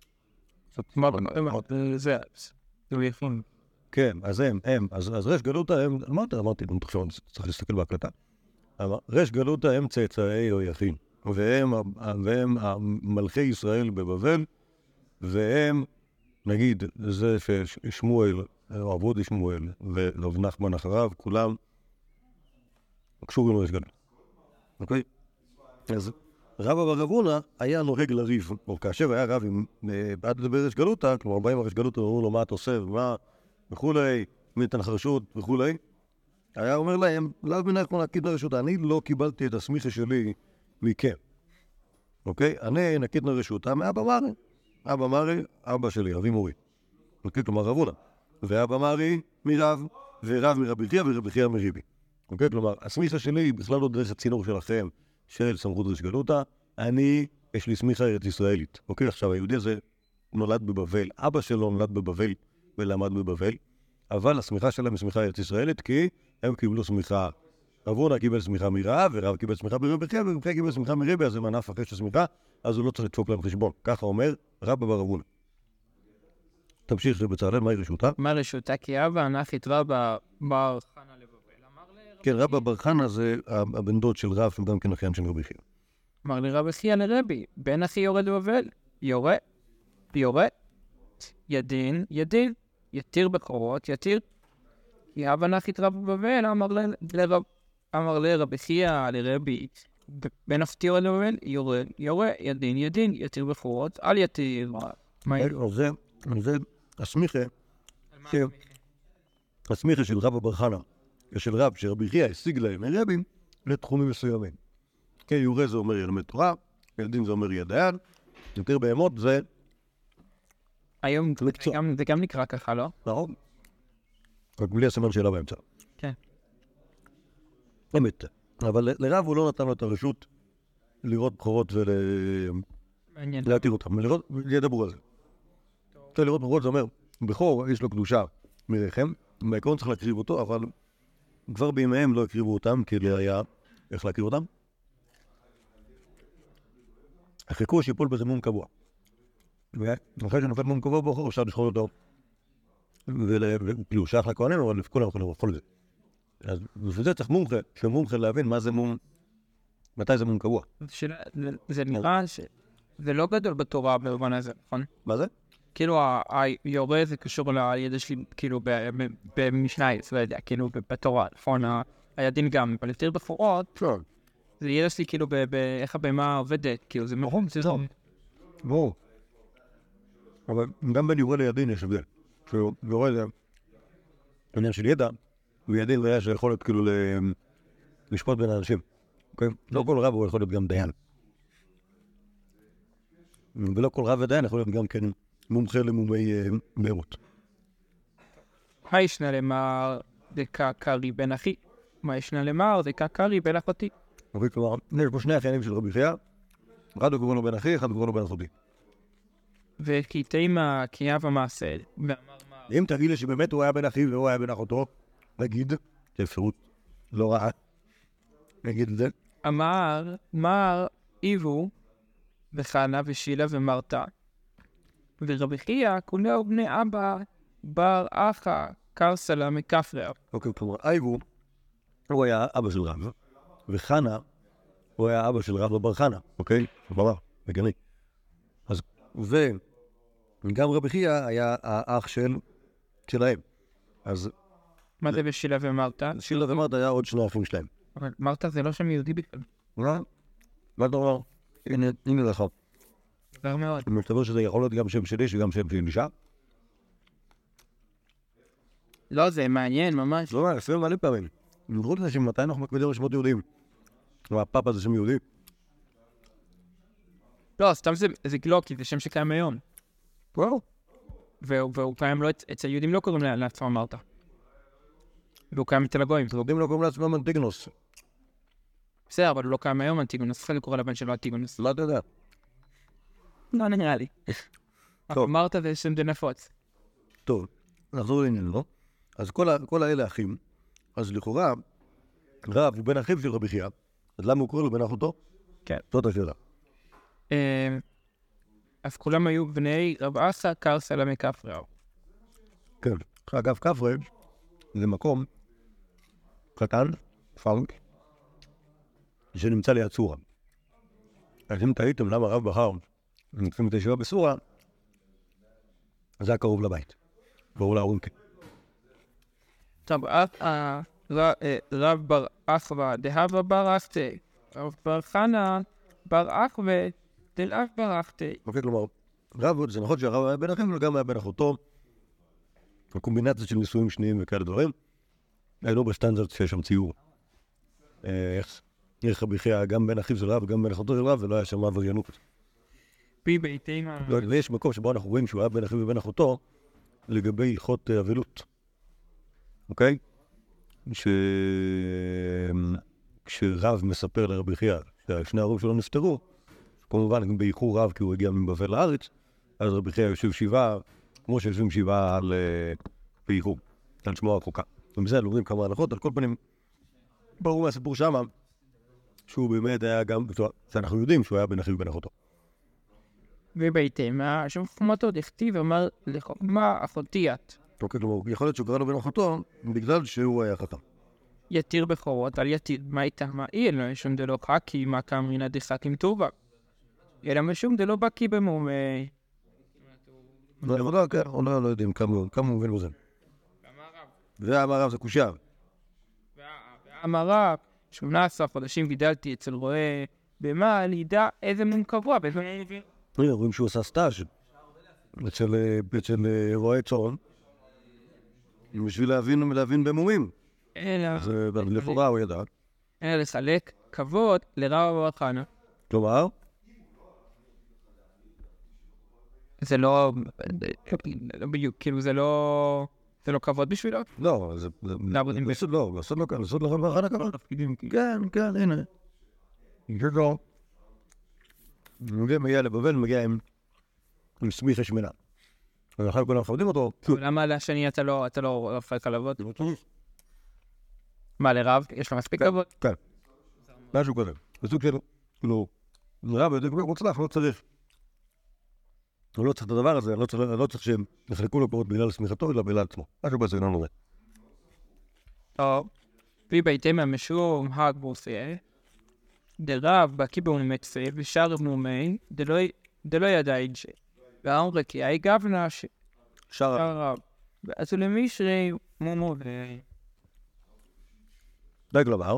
זה, זה הוא יפים. כן, אז הם, הם, אז ריש גלותא הם, אמרתי, אמרתי, עכשיו צריך להסתכל בהקלטה. ריש גלותא הם צאצאי יהויכין, והם, והם מלכי ישראל בבבל, והם, נגיד, זה ששמואל, עבודי שמואל, ורב נחמן אחריו, כולם קשורים לריש גלותא. אוקיי? אז רבא בר אבונה היה נוהג לריב, או כאשר היה רב עם בעד לדבר ריש גלותא, כלומר באים הריש גלותא ואומרו לו מה אתה עושה ומה וכולי, מי נתן לך רשות וכולי, היה אומר להם, לאו מנחמן נקית לרשות, אני לא קיבלתי את הסמיכה שלי מכם. אוקיי? אני נקית לרשות מאבא מרי. אבא מרי, אבא שלי, אבי מורי. אוקיי? כלומר רב הונא. ואבא מרי מרב, ורב מרבי חייא ורבי חייא מריבי. אוקיי? כלומר, הסמיכה שלי היא בכלל לא דרך הצינור שלכם של סמכות ריש גלותא. אני, יש לי סמיכה ארץ ישראלית. אוקיי? עכשיו, היהודי הזה נולד בבבל. אבא שלו נולד בבבל ולמד בבבל. אבל הסמיכה שלהם היא סמיכה ארץ ישראלית, כי הם קיבלו סמיכה. רב הונא קיבל סמיכה מרב, ורב קיבל סמיכה מרבי חייא, ורבי חייא קיבל סמיכה מריבי, אז הם ענף אחרי שסמיכה, אז הוא לא צריך לדפוק להם חשבון. ככה אומר רבא בר אבונה. תמשיך בצלאל, מהי רשותה? מה רשותה? כי אבא ענך את רבא בר חנא לבבל. כן, רבא בר חנא זה הבן דוד של רב, וגם כן אחיין של רבי חייא. אמר לרבי חייא לרבי, בן אחי יורד בבבל, יורה, יורה, ידין, ידין, יתיר בקורות, יתיר. יאב ענך את רבא בבבל, אמר לרב, אמר לרבי חייא לרבי, בן אחי יורד בבבל, יורה, יורה, ידין, ידין, יתיר בקורות, אל יתיר. זה, זה הסמיכה, הסמיכה של רבא בר חנא, של רב שרבי חייא השיג להם מרבים לתחומים מסוימים. כן, יורה זה אומר ילמד תורה, ילדין זה אומר ידיין, יותר בהמות זה... היום זה גם נקרא ככה, לא? נכון. רק בלי הסימן שאלה באמצע. כן. אמת. אבל לרב הוא לא נתן לו את הרשות לראות בחורות ולהתיר אותם. ידברו על זה. לראות בחורות זה אומר, בחור יש לו קדושה מרחם, בעיקרון צריך להקריב אותו, אבל כבר בימיהם לא הקריבו אותם, כי לא היה איך להקריב אותם. החיכו שיפול בזמון קבוע. ואחרי שנופל מון קבוע בחור, אפשר לשחול אותו. וכאילו, שייך לכהנים, אבל כולם יכולים לאכול את זה. אז וזה צריך מומחה, שמומחה להבין מה זה מום, מתי זה מום קבוע. זה נראה שזה לא גדול בתורה במובן הזה, נכון? מה זה? כאילו, היורה זה קשור לידע שלי, כאילו, במשנייס, לא יודע, כאילו, בתורה, נכון? הידין גם, אבל יותר בפורות, זה ידע שלי, כאילו, באיך הבמה עובדת, כאילו, זה נכון, זה טוב. ברור. אבל גם בין יורה לידין יש הבדל. ויורה זה עניין של ידע, וידין זה שיכול להיות כאילו לשפוט בין האנשים. לא כל רב הוא יכול להיות גם דיין. ולא כל רב ודיין יכול להיות גם כן מומחה למומי בהמות. מה ישנה למר דקה קרי בן אחי? מה ישנה למר דקה קרי בן אחותי? אוקיי, כלומר, יש פה שני אחיינים של רבי חייא, אחד קוראים לו בן אחי, אחד קוראים לו בן אחותי. וכי תימה כי אב המעשה, ואמר מה... אם תגיד לי שבאמת הוא היה בן אחי והוא היה בן אחותו, נגיד, זה אפשרות לא רעה, נגיד את זה. אמר, מר איבו, וחנה ושילה ומרתה, ורבי חייא כולו בני אבא, בר אחא, קרסלה מכפרר. אוקיי, כלומר, אייבו, הוא היה אבא של רב, וחנה, הוא היה אבא של רב בר חנה, אוקיי? ברר, מגני. אז, וגם רבי חייא היה האח של, שלהם. אז... מה זה ושילה ומרתה? שילה ומרתה היה עוד שני אחים שלהם. אבל מרתה זה לא שם יהודי בכלל. מה? מה אתה אומר? הנה, הנה לך. דבר מאוד. אני מסתבר שזה יכול להיות גם שם שלי, שגם שם של אישה. לא, זה מעניין ממש. לא, עשרים מלא פעמים. במיוחד לזה שמתי אנחנו מקפידים על שמות יהודים. הפאפה זה שם יהודי. לא, סתם זה, זה לא, כי זה שם שקיים היום. וואו. והוא, והוא קיים לא, אצל היהודים לא קוראים לעצמם מרתה. והוא קיים אצל הגויים. יהודים לא קוראים לעצמם אנטיגנוס. בסדר, אבל הוא לא קיים היום אנטיגונוס. חלק קורא לבן שלו אנטיגונוס. מה אתה יודע? לא נראה לי. אבל מרתה זה שם די נפוץ. טוב, נחזור לעניין, לא? אז כל, ה- כל האלה אחים, אז לכאורה, רב הוא בן אחיו של רבי חייא, אז למה הוא קורא לו בן אחותו? כן. זאת השאלה. אה, אז כולם היו בני רב אחא קרסלה מכפרר. כן. אגב, כפרי זה מקום קטן, פארק, שנמצא ליד סורה. אז אם תהיתם למה רב בחר נמצאים את הישיבה בסורה, אז זה היה קרוב לבית. קרוב לאורינקה. טוב, רב בר אחווה דהבה בר אחתי, רב בר חנה בר אחווה דלאף בר אחתי. אוקיי, כלומר, רב, זה נכון שהרב היה בן אחיו, אבל גם היה בן אחותו. הקומבינציה של נישואים שניים וכאלה דברים. היינו בסטנדרט שיש שם ציור. איך? איך רבי חייא גם בן אחיו של רב וגם בן אחותו של רב, ולא היה שם עבריינות. פי ביתימה. ויש מקום שבו אנחנו רואים שהוא היה בן אחיו ובן אחותו, לגבי הלכות אבלות. אוקיי? ש... כשרב מספר לרבי חייא ששני ההורים שלו נפטרו, כמובן באיחור רב כי הוא הגיע מבבל לארץ, אז רבי חייא יושב שבעה, כמו שיושבים שבעה על באיחור, על שמו החוקה. ומזה לומדים כמה הלכות, על כל פנים, ברור מהסיפור שמה, שהוא באמת היה גם, אנחנו יודעים שהוא היה בן אחיו ובן אחותו. וביתימה, שם חוכמתו דכתיב אמר לחוכמה אחותי את. אוקיי, כלומר, יכול להיות שהוא קרא לו בן אחותו, בגלל שהוא היה חכם. יתיר בכורות על יתיר, מה איתה מה אי אלו, משום דלא חכי, מה כאמרינא דחכים טובה. אלא משום דלא בקי במומי. לא, כן, לא יודעים כמה הוא מבין בזה. ואמר רב זה קושייה. ואמר רב, שמונה עשרה חודשים גידלתי אצל רועה במה, לידע איזה מום קבוע, באיזה מום מבין. רואים שהוא עשה סטאז' אצל רועה צאן, בשביל להבין ולהבין במומים. אז לכאורה הוא ידע. אלא לחלק כבוד לרב בר חנה. כלומר? זה לא... לא בדיוק, כאילו זה לא... זה לא כבוד בשבילו? לא, זה... לעבודים לעשות לא, לעשות לא, לעשות לרב בר חנה כבוד. כן, כן, הנה. זה לא. מגיע לבבל, מגיע עם סמיכה שמנה. ואחר כולם מכבדים אותו. למה לשני אתה לא רפק על אבות? מה, לרב? יש לו מספיק כבוד? כן. משהו כזה. בסוג של... לא. לרב, הוא מוצלח, לא צריך. הוא לא צריך את הדבר הזה, לא צריך שהם יחלקו לו כבוד בגלל סמיכתו, אלא בגלל עצמו. משהו בסגנון הזה. טוב. פי ביתימה משום הגבוסיה, דרב בקי באונימציה, ושאר בנומי, דלא ידע את זה. ואמר כי אי גבנה שאר הרב. אז הוא למישרי מומו ו... די כלומר,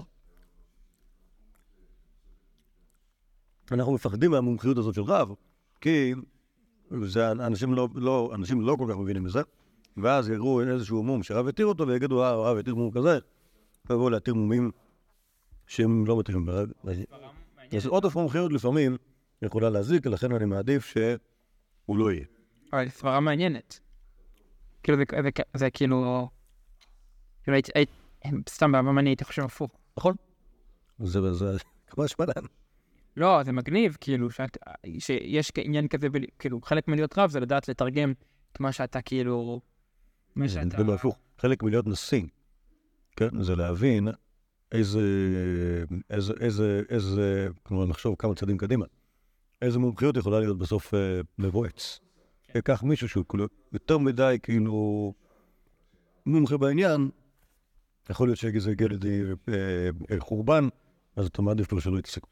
אנחנו מפחדים מהמומחיות הזאת של רב, כי אנשים לא, לא, אנשים לא כל כך מבינים בזה, ואז יראו איזשהו מום שרב יתיר אותו, ויגידו, אה, רב יתיר מום כזה, ויבואו להתיר מומים שהם לא מתירים ברב. אז עוד אף מומחיות לפעמים יכולה להזיק, לכן אני מעדיף שהוא לא יהיה. אבל סברה מעניינת. כאילו זה, זה, זה כאילו... כאילו הייתי, הייתי, סתם בעבר אני הייתי חושב הפוך. נכון? זה, זה, כמו השפלן. לא, זה מגניב, כאילו, שאת, שיש עניין כזה, כאילו, חלק מלהיות רב זה לדעת לתרגם את מה שאתה כאילו... מה שאתה... זה בהפוך. חלק מלהיות נשיא, כן? זה להבין איזה, איזה, איזה, איזה, כלומר, נחשוב כמה צעדים קדימה, איזה מומחיות יכולה להיות בסוף מבועץ. כך מישהו שהוא כאילו יותר מדי, כאילו, מומחה בעניין, יכול להיות שזה יגיע לידי חורבן, אז אתה מעדיף לו שלא יתעסק.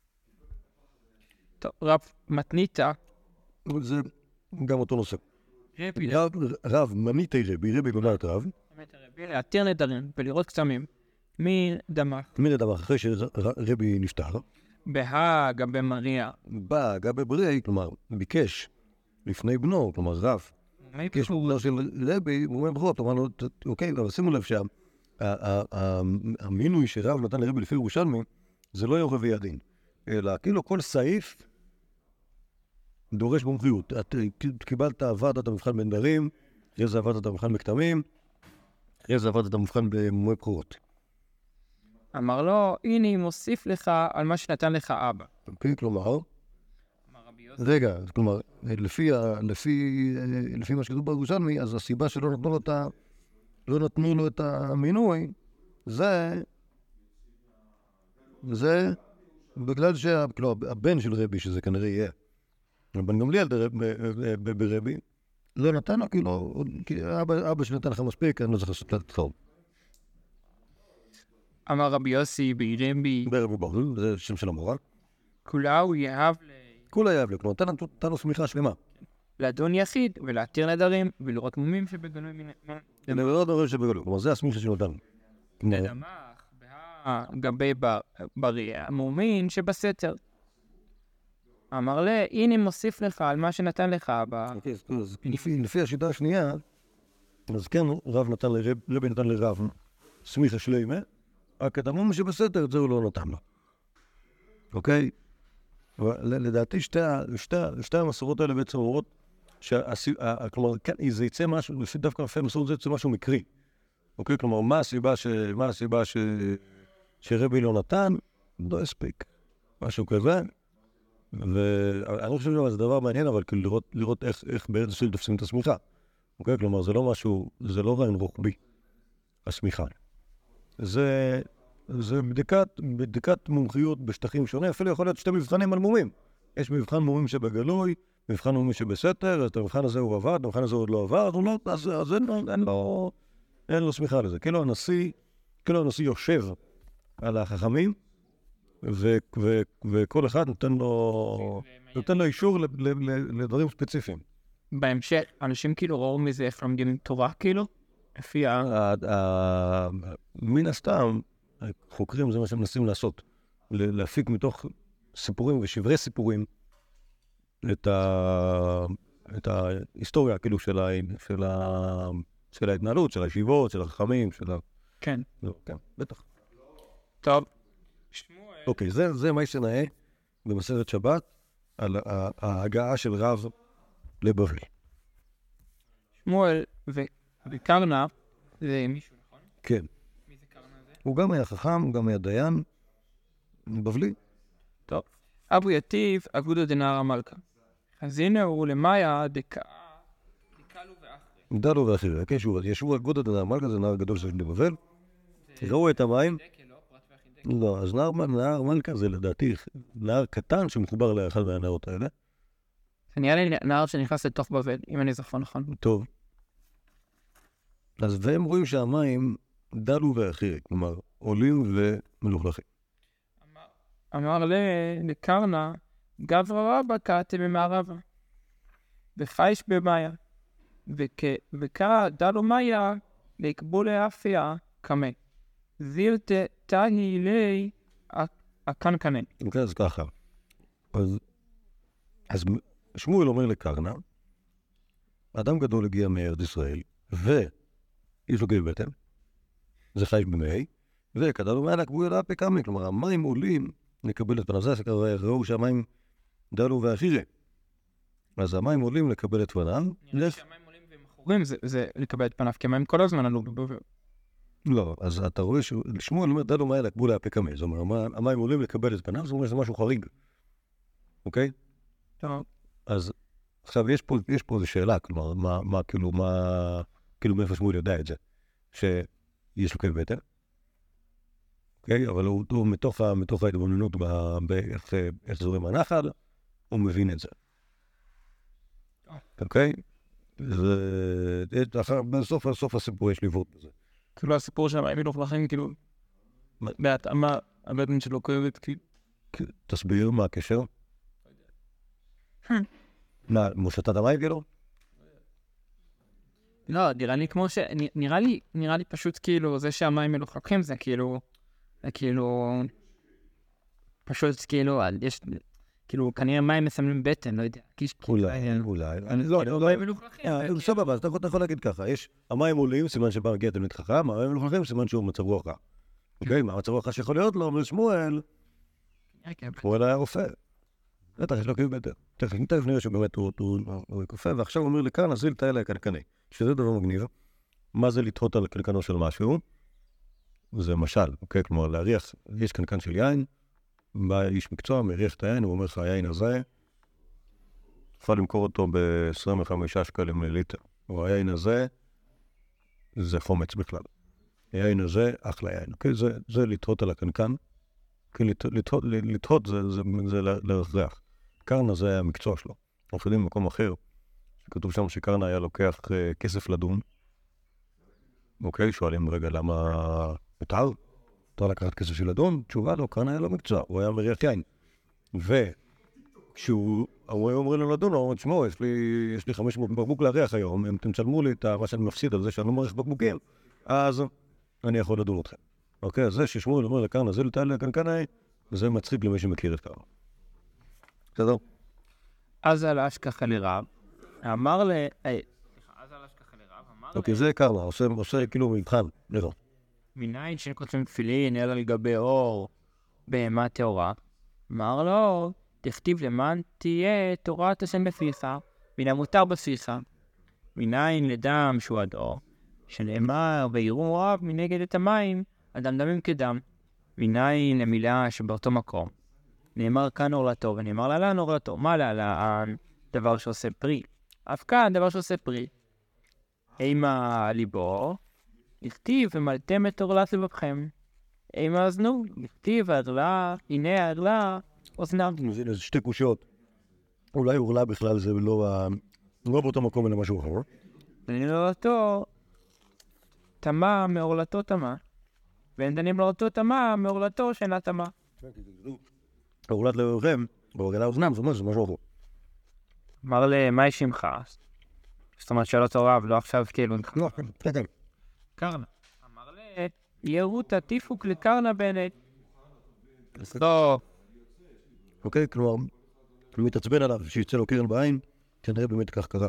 טוב, רב מתניתא. זה גם אותו נושא. רבי. רב, רב, מניתי רבי, רבי גולת רב. מניתי רבי, להתיר נדרים ולראות קסמים מדמך. מדמך, אחרי שרבי נפטר. בהגה במריה. בהגה בברי, כלומר, ביקש לפני בנו, כלומר, רב. ביקש בנו של רבי, הוא אומר בחות, אמר לו, אוקיי, אבל שימו לב שם, המינוי שרב נתן לרבי לפי ירושלמי, זה לא יורה וידין, אלא כאילו כל סעיף דורש מומחיות. את קיבלת, עבדת את המבחן בנדרים, אחרי זה עבדת את המבחן בכתמים, אחרי זה עבדת את המבחן במועד בחירות. אמר לו, הנה מוסיף לך על מה שנתן לך אבא. אוקיי, כלומר, רגע, כלומר, לפי, לפי, לפי מה שכתוב בירושלמי, אז הסיבה שלא נתנו לו את ה... לא נתנו לו את המינוי, זה... זה בגלל שהבן של רבי, שזה כנראה יהיה, הבן גמליאל ברבי, לא נתן לו, כאילו, אבא שנתן לך מספיק, אני לא צריך לעשות את טוב. אמר רבי יוסי ברבי. ברבי ברבי, זה שם של המורה. כולה הוא יאהב ל... כולה יאהב ל... כלומר, תן לו סמיכה שלמה. לאדון יחיד ולהתיר נדרים ולראות מומים שבגלוי מן... לראות מומים שבגלוי, כלומר, זה הסמיכה שנותן. לדמך, גבי בריא, המומין שבסתר. אמר לה, הנה מוסיף לך על מה שנתן לך אבא. לפי השיטה השנייה, אז כן, רב נתן לרב, רבי נתן לרב סמיכה שלמה, רק את המום שבסתר, את זה הוא לא נתן לו. אוקיי? לדעתי שתי המסורות האלה בעצם אומרות, כלומר, זה יצא משהו, לפי דווקא לפי המסורות זה יצא משהו מקרי. אוקיי? כלומר, מה הסיבה ש... מה הסיבה ש... שרבי לא נתן? לא הספיק. משהו כזה. ואני חושב שזה דבר מעניין, אבל כאילו לראות, לראות איך, איך באיזה שביל תופסים את הסמיכה. אוקיי? כלומר, זה לא משהו, זה לא רעיון רוחבי, הסמיכה. זה, זה בדיקת, בדיקת מומחיות בשטחים שונים, אפילו יכול להיות שתי מבחנים על מומים. יש מבחן מומים שבגלוי, מבחן מומים שבסתר, אז את המבחן הזה הוא עבד, המבחן הזה עוד לא עבד, אז, לא, אז, אז אין, אין לו... אין לו סמיכה לזה. כאילו הנשיא, כאילו הנשיא יושב על החכמים, ו- ו- וכל אחד נותן לו, נותן לו אישור ל- ל- ל- לדברים ספציפיים. בהמשך, אנשים כאילו ראו מזה איך לומדים תורה, כאילו? לפי ה... מן הסתם, חוקרים זה מה שהם מנסים לעשות. להפיק מתוך סיפורים ושברי סיפורים את ה... את ההיסטוריה, כאילו, של ה... של ה... של ההתנהלות, של הישיבות, של החכמים, של ה... כן. לא, כן, בטח. טוב. אוקיי, זה, זה מה שנאה במסכת שבת, על ההגעה של רב לבבל. שמואל וקרנה, זה מישהו, נכון? כן. מי זה קרנה הזה? הוא גם היה חכם, הוא גם היה דיין, בבלי. טוב. אבו יתיב, אגודו דנהר המלכה. אז הנה הוא למאיה דקה... דלו ואחרי, כן, שוב, ישבו אגודו דנהר המלכה, זה נהר גדול שיש לבבל. ראו את המים. לא, אז נהר, נהר מלכה זה לדעתי נהר קטן שמחובר לאחד מהנהרות האלה. זה נראה לי נהר שנכנס לתוך בבל, אם אני זוכר נכון. טוב. אז והם רואים שהמים דלו ואחרי, כלומר, עולים ומלוכלכים. אמר לקרנה, גברא רבא קאתי במערבה, וחייש במאיה, וכא דלו מאיה, לקבול לאפיה קמה. זילת תהי לי הקנקנן. אוקיי, אז ככה. אז, אז שמואל אומר לקרנה, אדם גדול הגיע מארץ ישראל, ויש לו כאב בטן, זה חייש במאי, וכדל הוא מעלה קבול לאפיה קמה, כלומר, המים עולים לקבל את פניו, זה ראו שהמים דלו ואחירי. אז המים עולים לקבל את פניו. נראה לי שהמים עולים והם חורים, זה לקבל את פניו, כי המים כל הזמן עלו. לא, אז אתה רואה ששמואל אומר, דלו מאי לקבול להפק המים. זאת אומרת, המים עולים לקבל את פניו, זאת אומרת, זה משהו חריג. אוקיי? טוב. אז עכשיו יש פה, יש פה איזו שאלה, כלומר, מה, מה, כאילו, מה, כאילו, מאיפה שמואל יודע את זה? שיש לו כאב בטן. אוקיי? אבל הוא, הוא מתוך, מתוך ההתבוננות באיך, איך זורם הנחל, הוא מבין את זה. אוקיי? זה, בסוף, בסוף הסיפור יש ליוות בזה. כאילו הסיפור של המים מלוכלכים, כאילו, בהתאמה, הבטן שלו כואבת, כאילו. תסביר מה הקשר. מה, מושטת המים כאילו? לא, נראה לי כמו ש... נראה לי, נראה לי פשוט כאילו, זה שהמים מלוכלכים זה כאילו, זה כאילו, פשוט כאילו, יש, כאילו, כנראה מים מסמלים בטן, לא יודע. אולי, אולי. לא, לא, מים מלוכלכים. סבבה, אז אתה יכול להגיד ככה, יש, המים עולים, סימן שבא מגיע תלמיד חכם, המים מלוכלכים, סימן שהוא מצב רוח רע. אוקיי, מה מצב רוח רע שיכול להיות לו, אומר שמואל, שמואל היה רופא. בטח, יש לו כאב בטן. תכף נראה שבאמת הוא קופא, ועכשיו הוא אומר לי כאן, אז זיל תאלה הקנקני. שזה דבר מגניב. מה זה לתהות על קנקנו של משהו? זה משל, אוקיי? כלומר, להריח, יש קנקן של יין, בא איש מקצוע, מריח את היין, הוא אומר לך, היין הזה, תוכל למכור אותו ב-עשרים וחמישה שקלים לליטר. או היין הזה, זה חומץ בכלל. היין הזה, אחלה יין. אוקיי? זה, זה לתהות על הקנקן. כי לתהות, לתהות זה, זה, זה להריח. קרנה זה היה המקצוע שלו. אנחנו יודעים במקום אחר, כתוב שם שקרנה היה לוקח uh, כסף לדון. אוקיי, שואלים רגע למה מותר? מותר לקחת כסף של לדון? תשובה לא, קרנה היה לו מקצוע, הוא היה מריח יין. וכשהוא אומר לו לדון, הוא אומר, תשמעו, יש לי, יש לי חמש מאות בקבוק להריח היום, אם אתם תשלמו לי את מה שאני מפסיד על זה שאני לא מריח בקבוקים, אז אני יכול לדון אתכם. אוקיי, אז זה ששמואל אומר לקרנה, זה לטעל לקנקני, וזה מצחיק למי שמכיר את קרנה. בסדר? אז על אשכח לרב, אמר ל... אז על אשכח לרב, אמר ל... אוקיי, זה קרנה, עושה כאילו מבחן, נראה. מניין שכותבים תפילין, אלא לגבי אור, בהמה טהורה, אמר לו, תכתיב למען תהיה תורת השם בפיך, מן המותר בפיך, מניין לדם שהוא עד אור, שנאמר, ויראו רב מנגד את המים, אדם דמים כדם, מניין למילה שבאותו מקום. נאמר כאן אורלתו, ונאמר להלן אורלתו. מה להלן? דבר שעושה פרי. אף כאן דבר שעושה פרי. אימה ליבו, לכתיב ומלתם את אורלת לבבכם. אימה אזנו, לכתיב הערלה, הנה הערלה, אוזנם. זה שתי קושיות. אולי אורלה בכלל זה לא, לא באותו מקום אלא משהו אחר. ונאמרתו, תמה מאורלתו תמה. ואין דנים לאורלתו תמה מאורלתו שאינה תמה. אורלת לבבכם, באורלה אוזנם, זאת אומרת, זה משהו אחר. אמר למה יש שמך? זאת אומרת שאלות הרב, לא עכשיו כאילו... לא, כן, כן. קרנה. אמר ל... יראו תטיפוק לקרנה בנט. לא. אוקיי, כלומר, הוא מתעצבן עליו שיצא לו קרן בעין, כנראה באמת כך קרה.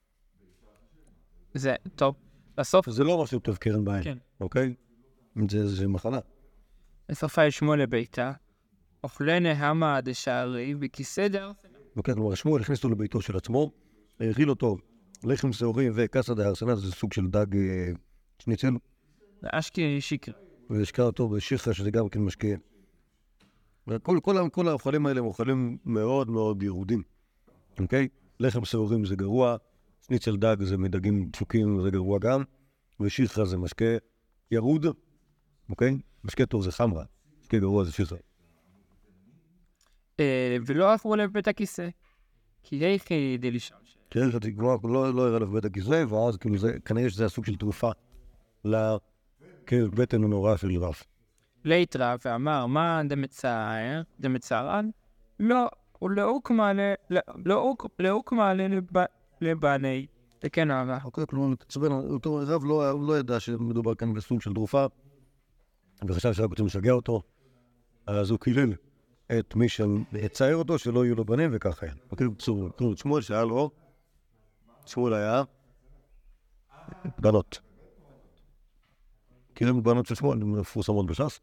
זה, טוב, בסוף... זה לא משהו טוב קרן בעין, כן. אוקיי? זה מחלה. בסופה יש שמואל לביתה, אוכלי נהמה דשערי וכיסא דארסנה. אוקיי, כלומר, שמואל הכניס אותו לביתו של עצמו, האכיל אותו לחם שעורים וכסא דארסנה, זה סוג של דג שניצל. זה אשכי שיקרה. והשקע אותו בשיחה, שזה גם כן משקיע. וכל, כל, כל האוכלים האלה הם אוכלים מאוד מאוד ירודים, אוקיי? לחם שעורים זה גרוע, שניצל דג זה מדגים דפוקים, זה גרוע גם, ושיחה זה משקה ירוד, אוקיי? משקה טוב זה חמרה, משקה גרוע זה שיחה. ולא עפרו לב בית הכיסא, כי איך ידי לשם. כן, לא הראה לב בית הכיסא, ואז כאילו זה, כנראה שזה הסוג של תרופה לכאב בטן הנורא של רב. להתרא ואמר, מה דמצער, דמצערן? לא, ולא הוקמה לבני, וכן אהבה. אוקיי, כלומר, תצבן, אותו רב לא ידע שמדובר כאן בסוג של תרופה, וחשב שרק רוצים לשגע אותו, אז הוא קילל את מי שהצער אותו, שלא יהיו לו בנים, וככה היה. אוקיי, בצור, שמואל שהיה לו, שמואל היה בנות. מכירים בנות של שמואל, הן מפורסמות בש"ס.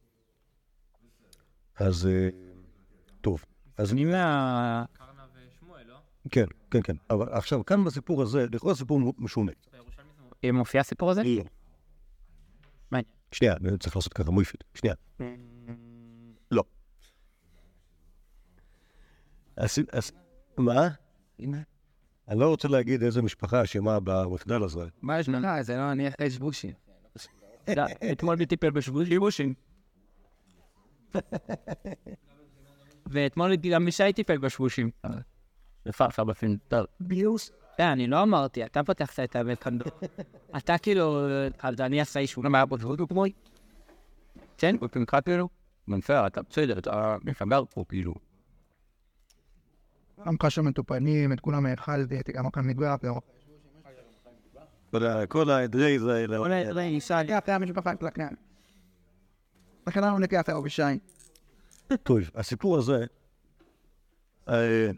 אז, טוב. אז מי מה... קרנה ושמואל, לא? כן, כן, כן. אבל עכשיו, כאן בסיפור הזה, לכאורה סיפור משונה. מופיע הסיפור הזה? לא. מעניין. שנייה, אני צריך לעשות ככה מויפית. שנייה. לא. אז, אז, מה? הנה. אני לא רוצה להגיד איזה משפחה אשמה במחדל הזה. מה יש לך? זה לא אני אחרי שבושי. אתמול בטיפל בשבושי. ואתמול גם משי טיפל בשבושים. לפרפר בפילם. טוב. ביוס. אני לא אמרתי, אתה פתחת את האמת כאן. אתה כאילו, אני עשה אישו. למה היה פה דבוד וכמוי? כן, בפנקה כאילו. מנפר, אתה בסדר, אתה מפגר פה כאילו. גם קשר מטופנים, את כולם האכלתי, הייתי גם כאן מטבע, כל העדרי זה... כל העדרי, ניסה לי. אחרי המשפחה שלכם. לכן אנחנו נקרא אחרי בשי. טוב, הסיפור הזה... אה...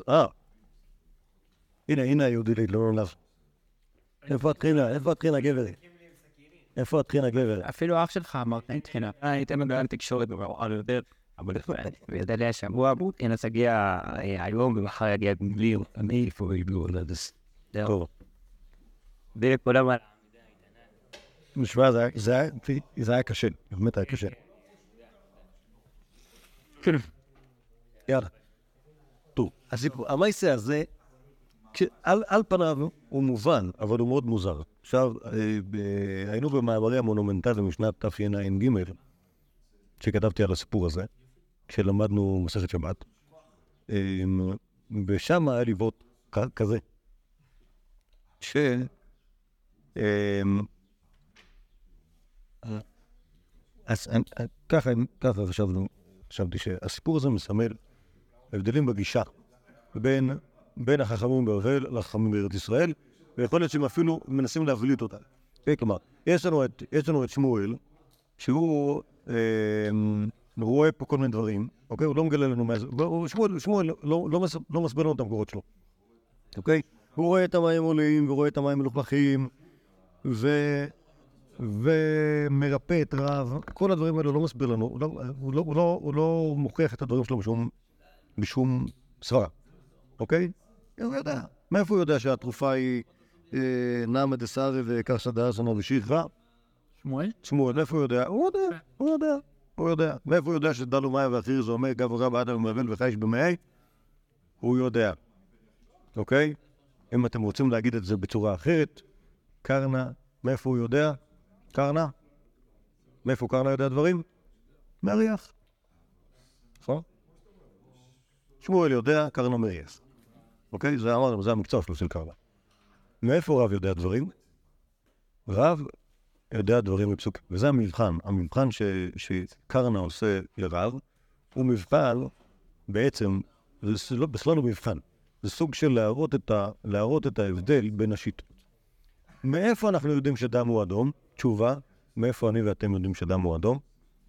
הנה, הנה היהודי להתלונן עליו. איפה התחינה? איפה התחינה גברי? איפה התחינה גברי? אפילו אח שלך אמרת, אין תחינה. אני אתן מגלל תקשורת בגלל יותר. אבל וידע לי השבוע, תנסה להגיע היום ומחר יגיע בלי, אני איפה יגיעו לדס. טוב. זה כל הזמן. משמע, זה היה קשה, באמת היה קשה. יאללה. טוב, הסיפור, המעשה הזה, על פניו הוא מובן, אבל הוא מאוד מוזר. עכשיו, היינו במאמרי המונומנטלי משנת תשע"ג, שכתבתי על הסיפור הזה, כשלמדנו מסכת שבת, ושם היה לי וורט כזה, ש... אז ככה, ככה חשבנו, חשבתי שהסיפור הזה מסמל הבדלים בגישה בין, בין החכמים בבבל לחכמים בארץ ישראל, ויכול להיות שהם אפילו מנסים להבליט אותה. כלומר, יש לנו את, יש לנו את שמואל, שהוא אה, רואה פה כל מיני דברים, אוקיי? הוא לא מגלה לנו מה זה, שמואל, שמואל לא, לא, מס, לא מסביר לנו את המקורות שלו, אוקיי? הוא רואה את המים עולים, ורואה את המים מלוכלכים, ו... ומרפא את רב, כל הדברים האלה לא מסביר לנו, הוא לא, הוא לא, הוא לא, הוא לא מוכיח את הדברים שלו בשום, בשום סברה, אוקיי? הוא יודע. מאיפה הוא יודע שהתרופה היא אה, נעמה דסארי וקרסא דאסנו ושיחרא? שמואל? שמואל, מאיפה הוא יודע? הוא יודע, הוא יודע, הוא יודע. מאיפה הוא יודע שדלו מים ואחיר זה אומר גב ורב אדם ומבל וחייש במאי? הוא יודע, אוקיי? אם אתם רוצים להגיד את זה בצורה אחרת, קרנה, מאיפה הוא יודע? קרנה? מאיפה קרנה יודע דברים? מריח. נכון? שמואל יודע, קרנה מריח. אוקיי? זה אמרנו, זה המקצוע שלו של קרנה. מאיפה רב יודע דברים? רב יודע דברים בפסוק. וזה המבחן. המבחן ש... שקרנה עושה לרב, הוא מבחן, בעצם, זה לא, בכלל לא מבחן. זה סוג של להראות את, ה... להראות את ההבדל בין השיטות. מאיפה אנחנו יודעים שדם הוא אדום? תשובה, מאיפה אני ואתם יודעים שדם הוא אדום?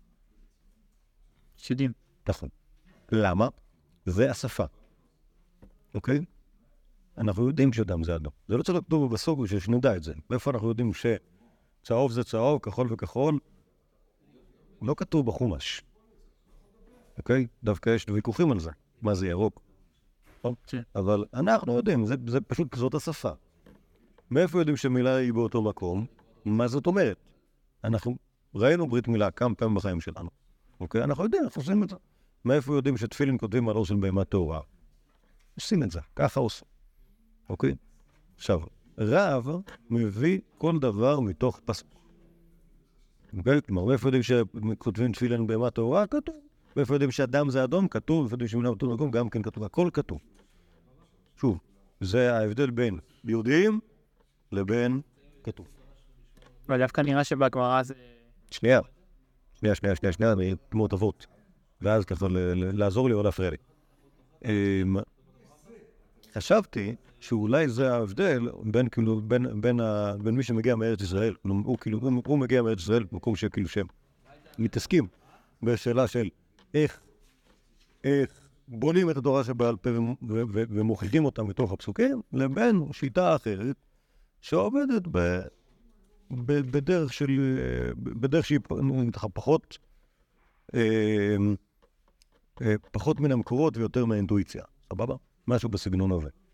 יודעים. נכון. למה? זה השפה. אוקיי? אנחנו יודעים שדם זה אדום. זה לא צריך לכתוב בסוג שנדע את זה. מאיפה אנחנו יודעים שצהוב זה צהוב, כחול וכחול? לא כתוב בחומש. אוקיי? דווקא יש ויכוחים על זה. מה זה ירוק? אבל אנחנו יודעים, זה, זה פשוט זאת השפה. מאיפה יודעים שמילה היא באותו מקום? מה זאת אומרת? אנחנו ראינו ברית מילה כמה פעמים בחיים שלנו. אוקיי? אנחנו יודעים, אנחנו עושים את זה. מאיפה יודעים שתפילין כותבים על אור של בהמה טהורה? עושים את זה, ככה עושים. אוקיי? עכשיו, רב מביא כל דבר מתוך פסוק. אוקיי? כלומר, מאיפה יודעים שכותבים תפילין בהמה טהורה? כתוב. מאיפה יודעים שאדם זה אדום? כתוב. מאיפה יודעים שמילה באותו מקום? גם כן כתוב. הכל כתוב. שוב, זה ההבדל בין יהודים לבין כתוב. אבל דווקא נראה שבגמרא זה... שנייה, שנייה, שנייה, שנייה, שנייה, אני תמות אבות. ואז ככה לעזור לי או להפריע לי. חשבתי שאולי זה ההבדל בין, כאילו, בין, בין, ה, בין מי שמגיע מארץ ישראל, הוא, כאילו, הוא מגיע מארץ ישראל במקום שכאילו שהם מתעסקים בשאלה של איך, איך בונים את התורה שבעל פה ומוכיחים אותה מתוך הפסוקים, לבין שיטה אחרת שעובדת ב, ב, בדרך של, בדרך שהיא פחות, פחות מן המקורות ויותר מהאינטואיציה. סבבה? משהו בסגנון הזה.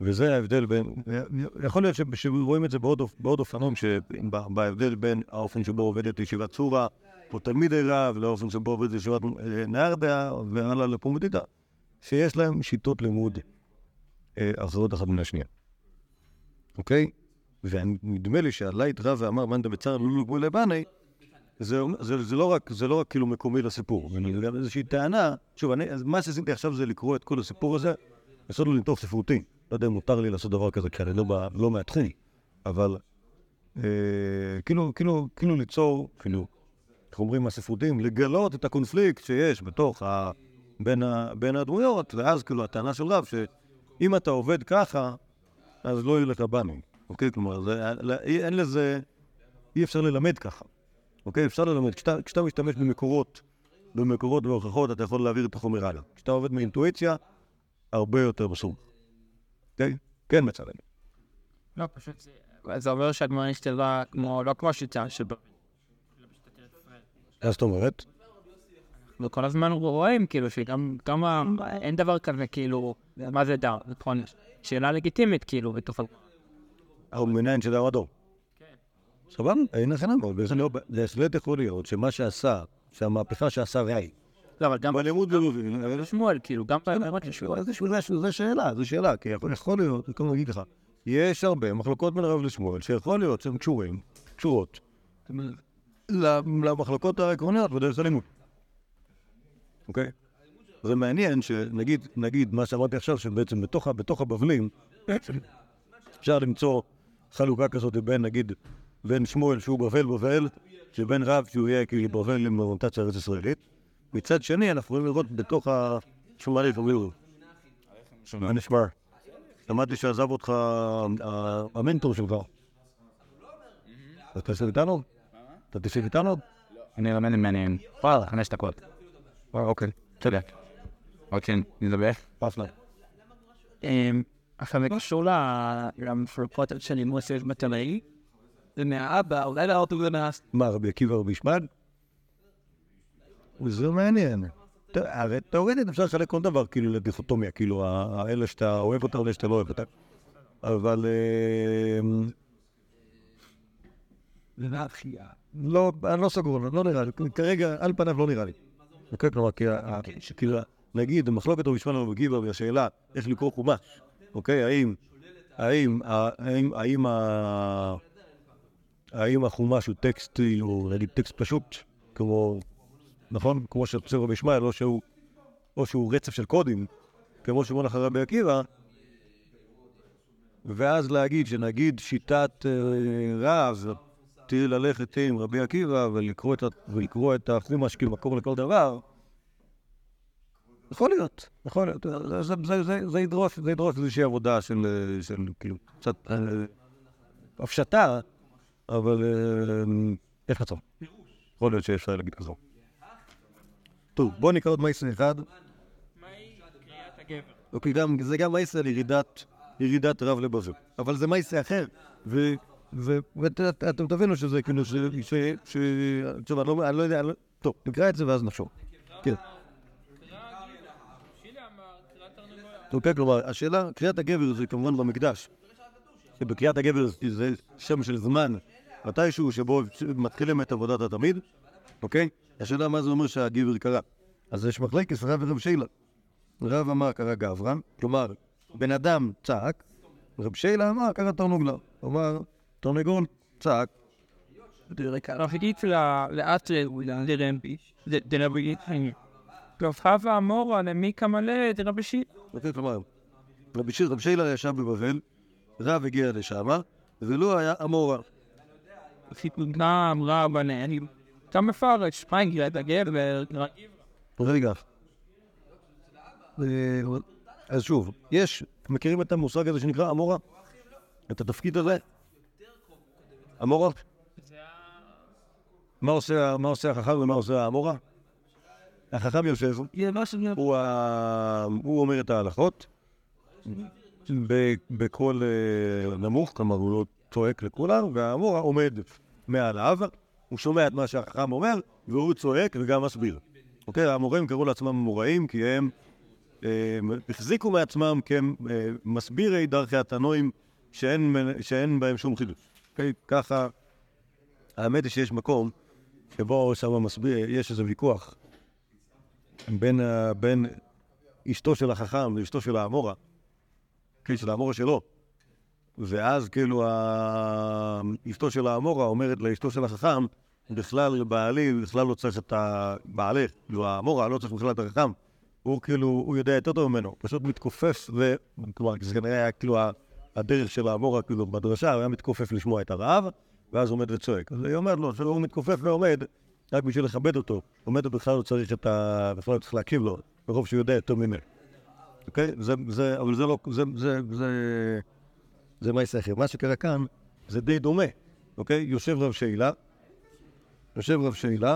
וזה ההבדל בין, יכול להיות שרואים את זה בעוד אופנים, בהבדל בין האופן שבו עובדת ישיבת צורה, או תלמיד רב, לאופן שבו עובדת ישיבת נהרדה, והלאה לפומדיתא, שיש להם שיטות לימוד אחרות אחת מן השנייה. אוקיי? ונדמה לי שהלית רב ואמר מאן דבצר לא לגבול לבני, זה, זה, זה, לא רק, זה לא רק כאילו מקומי לסיפור, ואני גם איזושהי טענה, שוב, אני, מה שעשיתי עכשיו זה לקרוא את כל הסיפור הזה, לעשות לו לנתוך ספרותי. לא יודע אם מותר לי לעשות דבר כזה, כי אני לא, לא מהתחיל, אבל אה, כאילו, כאילו, כאילו ליצור, כאילו, איך אומרים הספרותיים, לגלות את הקונפליקט שיש בתוך, ה, בין, ה, בין הדמויות, ואז כאילו הטענה של רב, שאם אתה עובד ככה, אז לא יהיה לך בני. אוקיי? כלומר, זה, אין לזה, אי אפשר ללמד ככה. אוקיי? אפשר ללמד. כשאתה, כשאתה משתמש במקורות, במקורות והוכחות, אתה יכול להעביר את החומר הלאה. כשאתה עובד מאינטואיציה, הרבה יותר בסוף. אוקיי? כן, מצלם. לא, פשוט זה... זה אומר שהדמונה נשתלה כמו, לא כמו שיטה שבא. אז זאת אומרת? וכל הזמן רואים, כאילו, שגם, כמה, אין דבר כזה, כאילו, מה זה דר? נכון, שאלה לגיטימית, כאילו, בתוך... הוא מנהל שדר אדום. כן. סבבה? אין לכם אמור. זה בהחלט יכול להיות שמה שעשה, שהמהפכה שעשה ראי. לא, אבל גם... בלימוד ומבין. זה שמואל, כאילו, גם באמת לשמואל. זה שאלה, זה שאלה, כי יכול להיות, כמו להגיד לך, יש הרבה מחלוקות בין רב לשמואל, שיכול להיות שהן קשורים, קשורות, למחלוקות העקרוניות בדרך הלימוד. אוקיי? זה מעניין שנגיד, נגיד מה שאמרתי עכשיו, שבעצם בתוך, בתוך הבבלים, אפשר למצוא חלוקה כזאת בין, נגיד, בין שמואל שהוא בבל בבל, שבין רב שהוא יהיה כאילו בבל עם אוריינטציה ארץ ישראלית. מצד שני, אנחנו יכולים לראות בתוך השומרי פמיlu. מה נשמע? למדתי שעזב אותך המנטור שלך. אתה תשב איתנו? אתה תשב איתנו? אני אלמד ממני, וואלה, חמש דקות. וואו, אוקיי. תודה. אוקיי, נדבר. פסלה. עכשיו, זה קשור למחלוקות של לימוד שיש בתלאי. זה מהאבא, אולי לאוטו ונעש. מה, רבי עקיבא רבי ישמעאל? זה מעניין. הרי תאורטית אפשר לחלק כל דבר כאילו לדיכוטומיה, כאילו האלה שאתה אוהב אותה, אלה שאתה לא אוהב אותה. אבל... זה להחייה. לא, אני לא סגור, לא נראה לי. כרגע, על פניו לא נראה לי. כלומר, כאילו, נגיד, מחלוקת רבי ישמעאל ורבי עקיבא והשאלה איך לקרוא חומש, אוקיי? האם, האם, האם, האם, האם החומש הוא טקסט, או נגיד טקסט פשוט, כמו, נכון? כמו שפסר רבי ישמעאל, או שהוא, או שהוא רצף של קודים, כמו שמונח רבי עקיבא, ואז להגיד שנגיד שיטת רב, תהיה ללכת עם רבי עקיבא ולקרוא את, ולקרוא את החומש כמקור לכל דבר, יכול להיות, יכול להיות. זה, זה, זה, זה ידרוש, זה ידרוש איזושהי עבודה של, של כאילו, קצת הפשטה, אבל יש חצור. יכול להיות שאפשר להגיד כזו. טוב, בואו נקרא עוד מייסר אחד. מהי קריאת הגבר? אוקיי, גם, זה גם מייסר על ירידת, ירידת רב לבבל. אבל זה מייסר אחר, ו... ואתם תבינו שזה כאילו, ש... ש... ש... טוב, אני לא יודע, טוב, נקרא את זה ואז נחשוב. כן. אוקיי, כלומר, השאלה, קריאת הגבר זה כמובן במקדש. שבקריאת הגבר זה שם של זמן, מתישהו שבו מתחילים את עבודת התמיד, אוקיי? השאלה מה זה אומר שהגבר קרא. אז יש מחלקת רב ורב שיילה. רב אמר קרא גברא, כלומר, בן אדם צעק, רב שיילה אמר קרא תרנוגלה. כלומר, תרנגול צעק. רביעית לאט לרמבי, דרבי גבהה ואמורה למי כמלא דרבי שיר. אוקיי, כלומר, רבי שיר, רבי שיילה ישב בבבל, רב הגיע לשם, ולא היה אמורה. גם רב אני, אתה מפרש, מה הגיע את הגבר? רגע. אז שוב, יש, מכירים את המושג הזה שנקרא אמורה? את התפקיד הזה? אמורה? מה עושה, מה עושה החכם ומה עושה האמורה? החכם יושב, הוא, הוא אומר את ההלכות בקול נמוך, כלומר הוא לא צועק לכולם, והאמורה עומד מעליו, הוא שומע את מה שהחכם אומר, והוא צועק וגם מסביר. אוקיי, האמוראים קראו לעצמם אמוראים כי הם החזיקו מעצמם כמסבירי דרכי התנועים שאין בהם שום חידוש. ככה, האמת היא שיש מקום שבו שם מסביר, יש איזה ויכוח בין אשתו של החכם לאשתו של האמורה, של האמורה שלו. ואז כאילו אשתו של האמורה אומרת לאשתו של החכם, בכלל בעלי, בכלל לא צריך את הבעלך, כאילו האמורה לא צריך בכלל את החכם, הוא כאילו, הוא יודע יותר טוב ממנו, פשוט מתכופף, וכלומר, זה כנראה היה כאילו הדרך של האמורה, כאילו בדרשה, הוא היה מתכופף לשמוע את הרב, ואז עומד וצועק. אז היא אומרת לו, שהוא מתכופף ועומד, רק בשביל לכבד אותו, עומד בכלל לא צריך את ה... בכלל לא צריך להקשיב לו, ברוב שהוא יודע יותר ממנו. אוקיי? זה, זה, אבל זה לא, זה, זה, זה, זה מה יסחר. מה שקרה כאן, זה די דומה, אוקיי? יושב רב שאלה, יושב רב שאלה,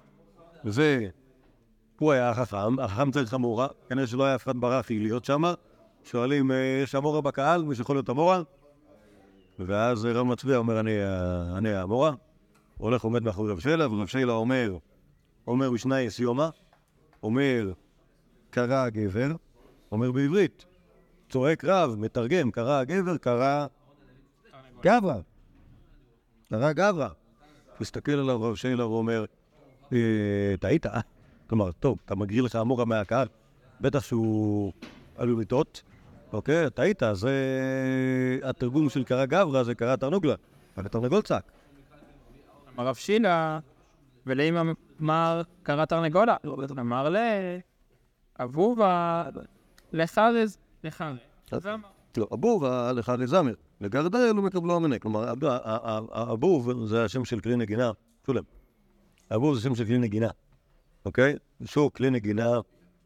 והוא היה החכם, החכם צריך אמורה, כנראה שלא היה אף אחד ברחי להיות שם, שואלים, יש אמורה בקהל, מי שיכול להיות אמורה? ואז רב מצביע אומר, אני, אני האמורה, הוא הולך עומד מאחורי רב שאלה, ורב שאלה אומר, אומר בשני סיומה, אומר, קרא הגבר, אומר בעברית, צועק רב, מתרגם, קרא הגבר, קרא גברא, קרא גברא. מסתכל עליו רב שאלה ואומר, טעית, אה? כלומר, טוב, אתה מגריל לך אמורה מהקהל, בטח שהוא עלול לטעות, אוקיי, טעית, זה התרגום של קרא גברא, זה קרא תרנוגלה, אבל תרנגול צעק. הרב שילה, ולאמא אמר קרא תרנגולה, אמר לאבובה, לחרז, לחרז. לא, אבובה לך לזמר, לגרדל הוא מקבלו המנה, כלומר, אבוב זה השם של כלי נגינה, שולם. אבוב זה שם של כלי נגינה, אוקיי? שוב, כלי נגינה,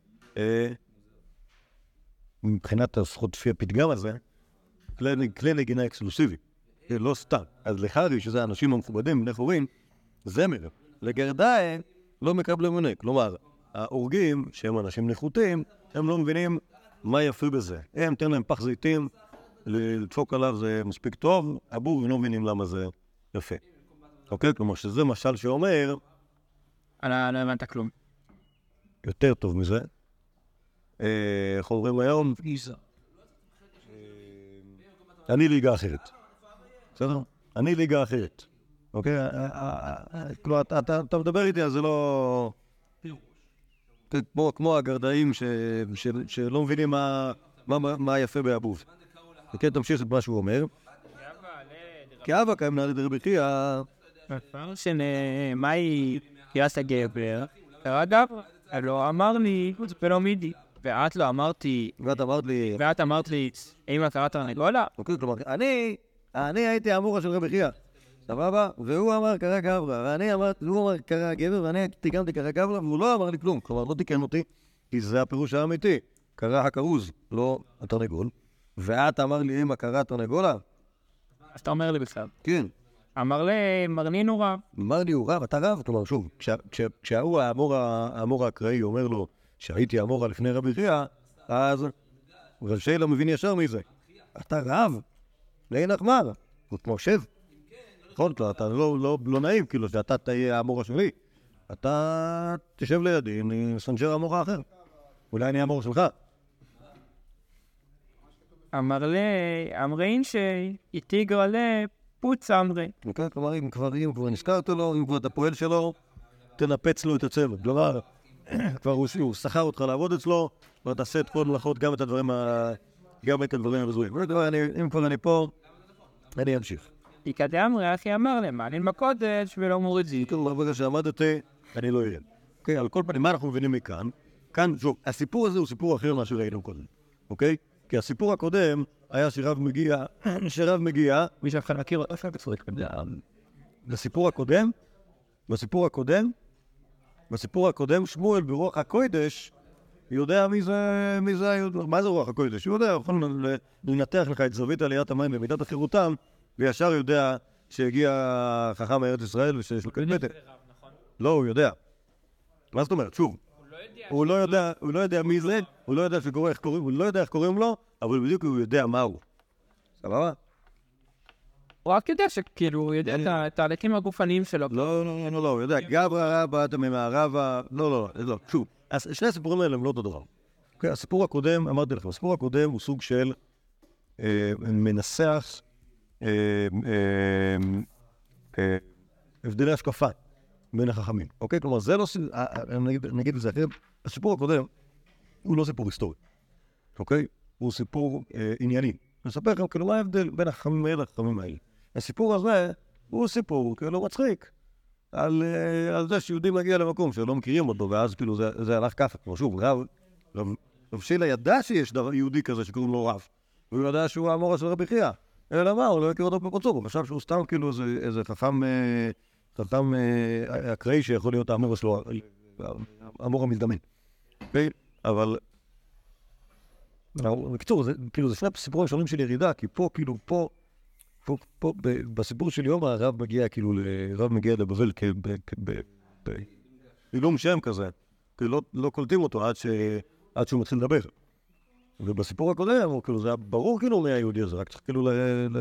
מבחינת הזכות לפי הפתגם הזה, כלי נגינה אקסקלוסיבי, לא סתם. אז לחרי, שזה האנשים המכובדים, בני חורין, זמר. לגרדל לא מקבלו המנה, כלומר, ההורגים, שהם אנשים נחותים, הם לא מבינים מה יפה בזה. הם תן להם פח זיתים, לדפוק עליו זה מספיק טוב, הבורים לא מבינים למה זה יפה. אוקיי? כלומר שזה משל שאומר... אני לא הבנת כלום. יותר טוב מזה. איך אומרים היום? אני ליגה אחרת. בסדר? אני ליגה אחרת. אוקיי? כלומר, אתה מדבר איתי, אז זה לא... כמו הגרדאים שלא מבינים מה יפה באבוב. וכן, תמשיך את מה שהוא אומר. כי אבא קיים נעלי דרבי חייא. בפר שנאמי קריאס הגבר, קרא גברא, לא אמר לי, ולא מידי. ואת לא אמרתי... ואת אמרת לי... ואת אמרת לי, אמא קרא תרנגולה? אוקיי, כלומר, אני, אני הייתי המורה של רבי חייא. סבבה? והוא אמר קרא גברא, ואני אמרתי, הוא אמר קרא גבר, ואני תיקנתי קרא גברא, והוא לא אמר לי כלום. כלומר, לא תיקן אותי, כי זה הפירוש האמיתי. קרא הכרוז, לא התרנגול. ואת אמר לי, אמא קרא תרנגולה? אז אתה אומר לי בכלל. כן. אמר לי, מרנין הוא רב. אמר לי, הוא רב, אתה רב? כלומר, שוב, כשהוא האמור האקראי אומר לו שהייתי המורה לפני רבי חייא, אז רב שאלה מבין ישר מזה. אתה רב? לאין אחמר. הוא כמו שב. נכון, אתה לא נעים, כאילו, שאתה תהיה המורה שלי. אתה תשב לידי, אני סנג'ר המורה אחר. אולי אני המורה שלך. אמר לי, אמרין שאיתי גרלה פוץ אמרי. אוקיי, כלומר, אם כבר נזכרת לו, אם כבר אתה פועל שלו, תנפץ לו את הצוות. כלומר, כבר הוא שכר אותך לעבוד אצלו, ואתה תעשה את כל מלאכות, גם את הדברים גם את הדברים הבזויים. אם כבר אני פה, אני אמשיך. איקדי אמרי, אחי אמר להם, מעלין בקודש ולא מוריד זי. כלומר, ברגע שעמדתי, אני לא ארד. אוקיי, על כל פנים, מה אנחנו מבינים מכאן? כאן, שוב, הסיפור הזה הוא סיפור אחר מה שראינו קודם. אוקיי? כי הסיפור הקודם היה שרב מגיע, שרב מגיע, מי שאף אחד מכיר, איפה בצורך? בסיפור הקודם, בסיפור הקודם, בסיפור הקודם, שמואל ברוח הקודש, יודע מי זה, מי זה, מה זה רוח הקודש? הוא יודע, יכול לנתח לך את זווית עליית המים במידת החירותם, וישר יודע שהגיע חכם מארץ ישראל ושיש לו כלים בטן. לא, הוא יודע. מה זאת אומרת? שוב. הוא לא יודע, הוא לא יודע מי זה, הוא לא יודע שקורא איך קוראים, הוא לא יודע איך קוראים לו, אבל בדיוק הוא יודע מה הוא. סבבה? הוא רק יודע שכאילו, הוא יודע את התהליכים הגופניים שלו. לא, לא, לא, לא, הוא יודע, גברא רבא, אתה ממערבה, לא, לא, לא, שוב. אז שני הסיפורים האלה הם לא אותו דבר. אוקיי, הסיפור הקודם, אמרתי לכם, הסיפור הקודם הוא סוג של אה, מנסח אה, אה, אה, הבדלי השקפה בין החכמים, אוקיי? כלומר, זה לא, נגיד את זה אחרת, הסיפור הקודם הוא לא סיפור היסטורי, אוקיי? הוא סיפור אה, ענייני. אני אספר לכם כאילו מה ההבדל בין החכמים האלה לחכמים האלה. הסיפור הזה הוא סיפור כאילו מצחיק על, אה, על זה שיהודים מגיע למקום שלא מכירים אותו, ואז כאילו זה, זה הלך ככה. כמו שוב, רב, רב, רב שילה ידע שיש דבר יהודי כזה שקוראים לו רב, והוא ידע שהוא המורה של רבי חייא. אלא מה, הוא לא הכיר אותו בקוצור, הוא חשב שהוא סתם כאילו איזה, איזה חכם, אה, חכם אה, אקראי שיכול להיות המורה שלו, המורה המזדמן. אוקיי? אבל... בקיצור, זה, כאילו, זה שני סיפורים שונים של ירידה, כי פה, כאילו, פה, פה, פה, ב, בסיפור של יום הרב מגיע, כאילו, הרב מגיע לבבל בעילום שם כזה, כאילו, לא, לא קולטים אותו עד, ש, עד שהוא מתחיל לדבר. ובסיפור הקודם, הוא, כאילו, זה היה ברור, כאילו, מי היהודי הזה, רק צריך, כאילו, ל, ל,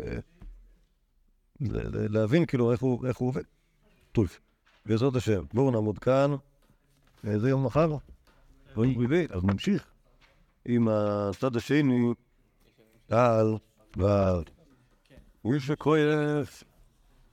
ל, ל, להבין, כאילו, איך הוא, איך הוא עובד. טוב, בעזרת השם, בואו נעמוד כאן, זה יום מחר, רואים רביעית, אז נמשיך. עם הצד השני, על ועל. מי שכויף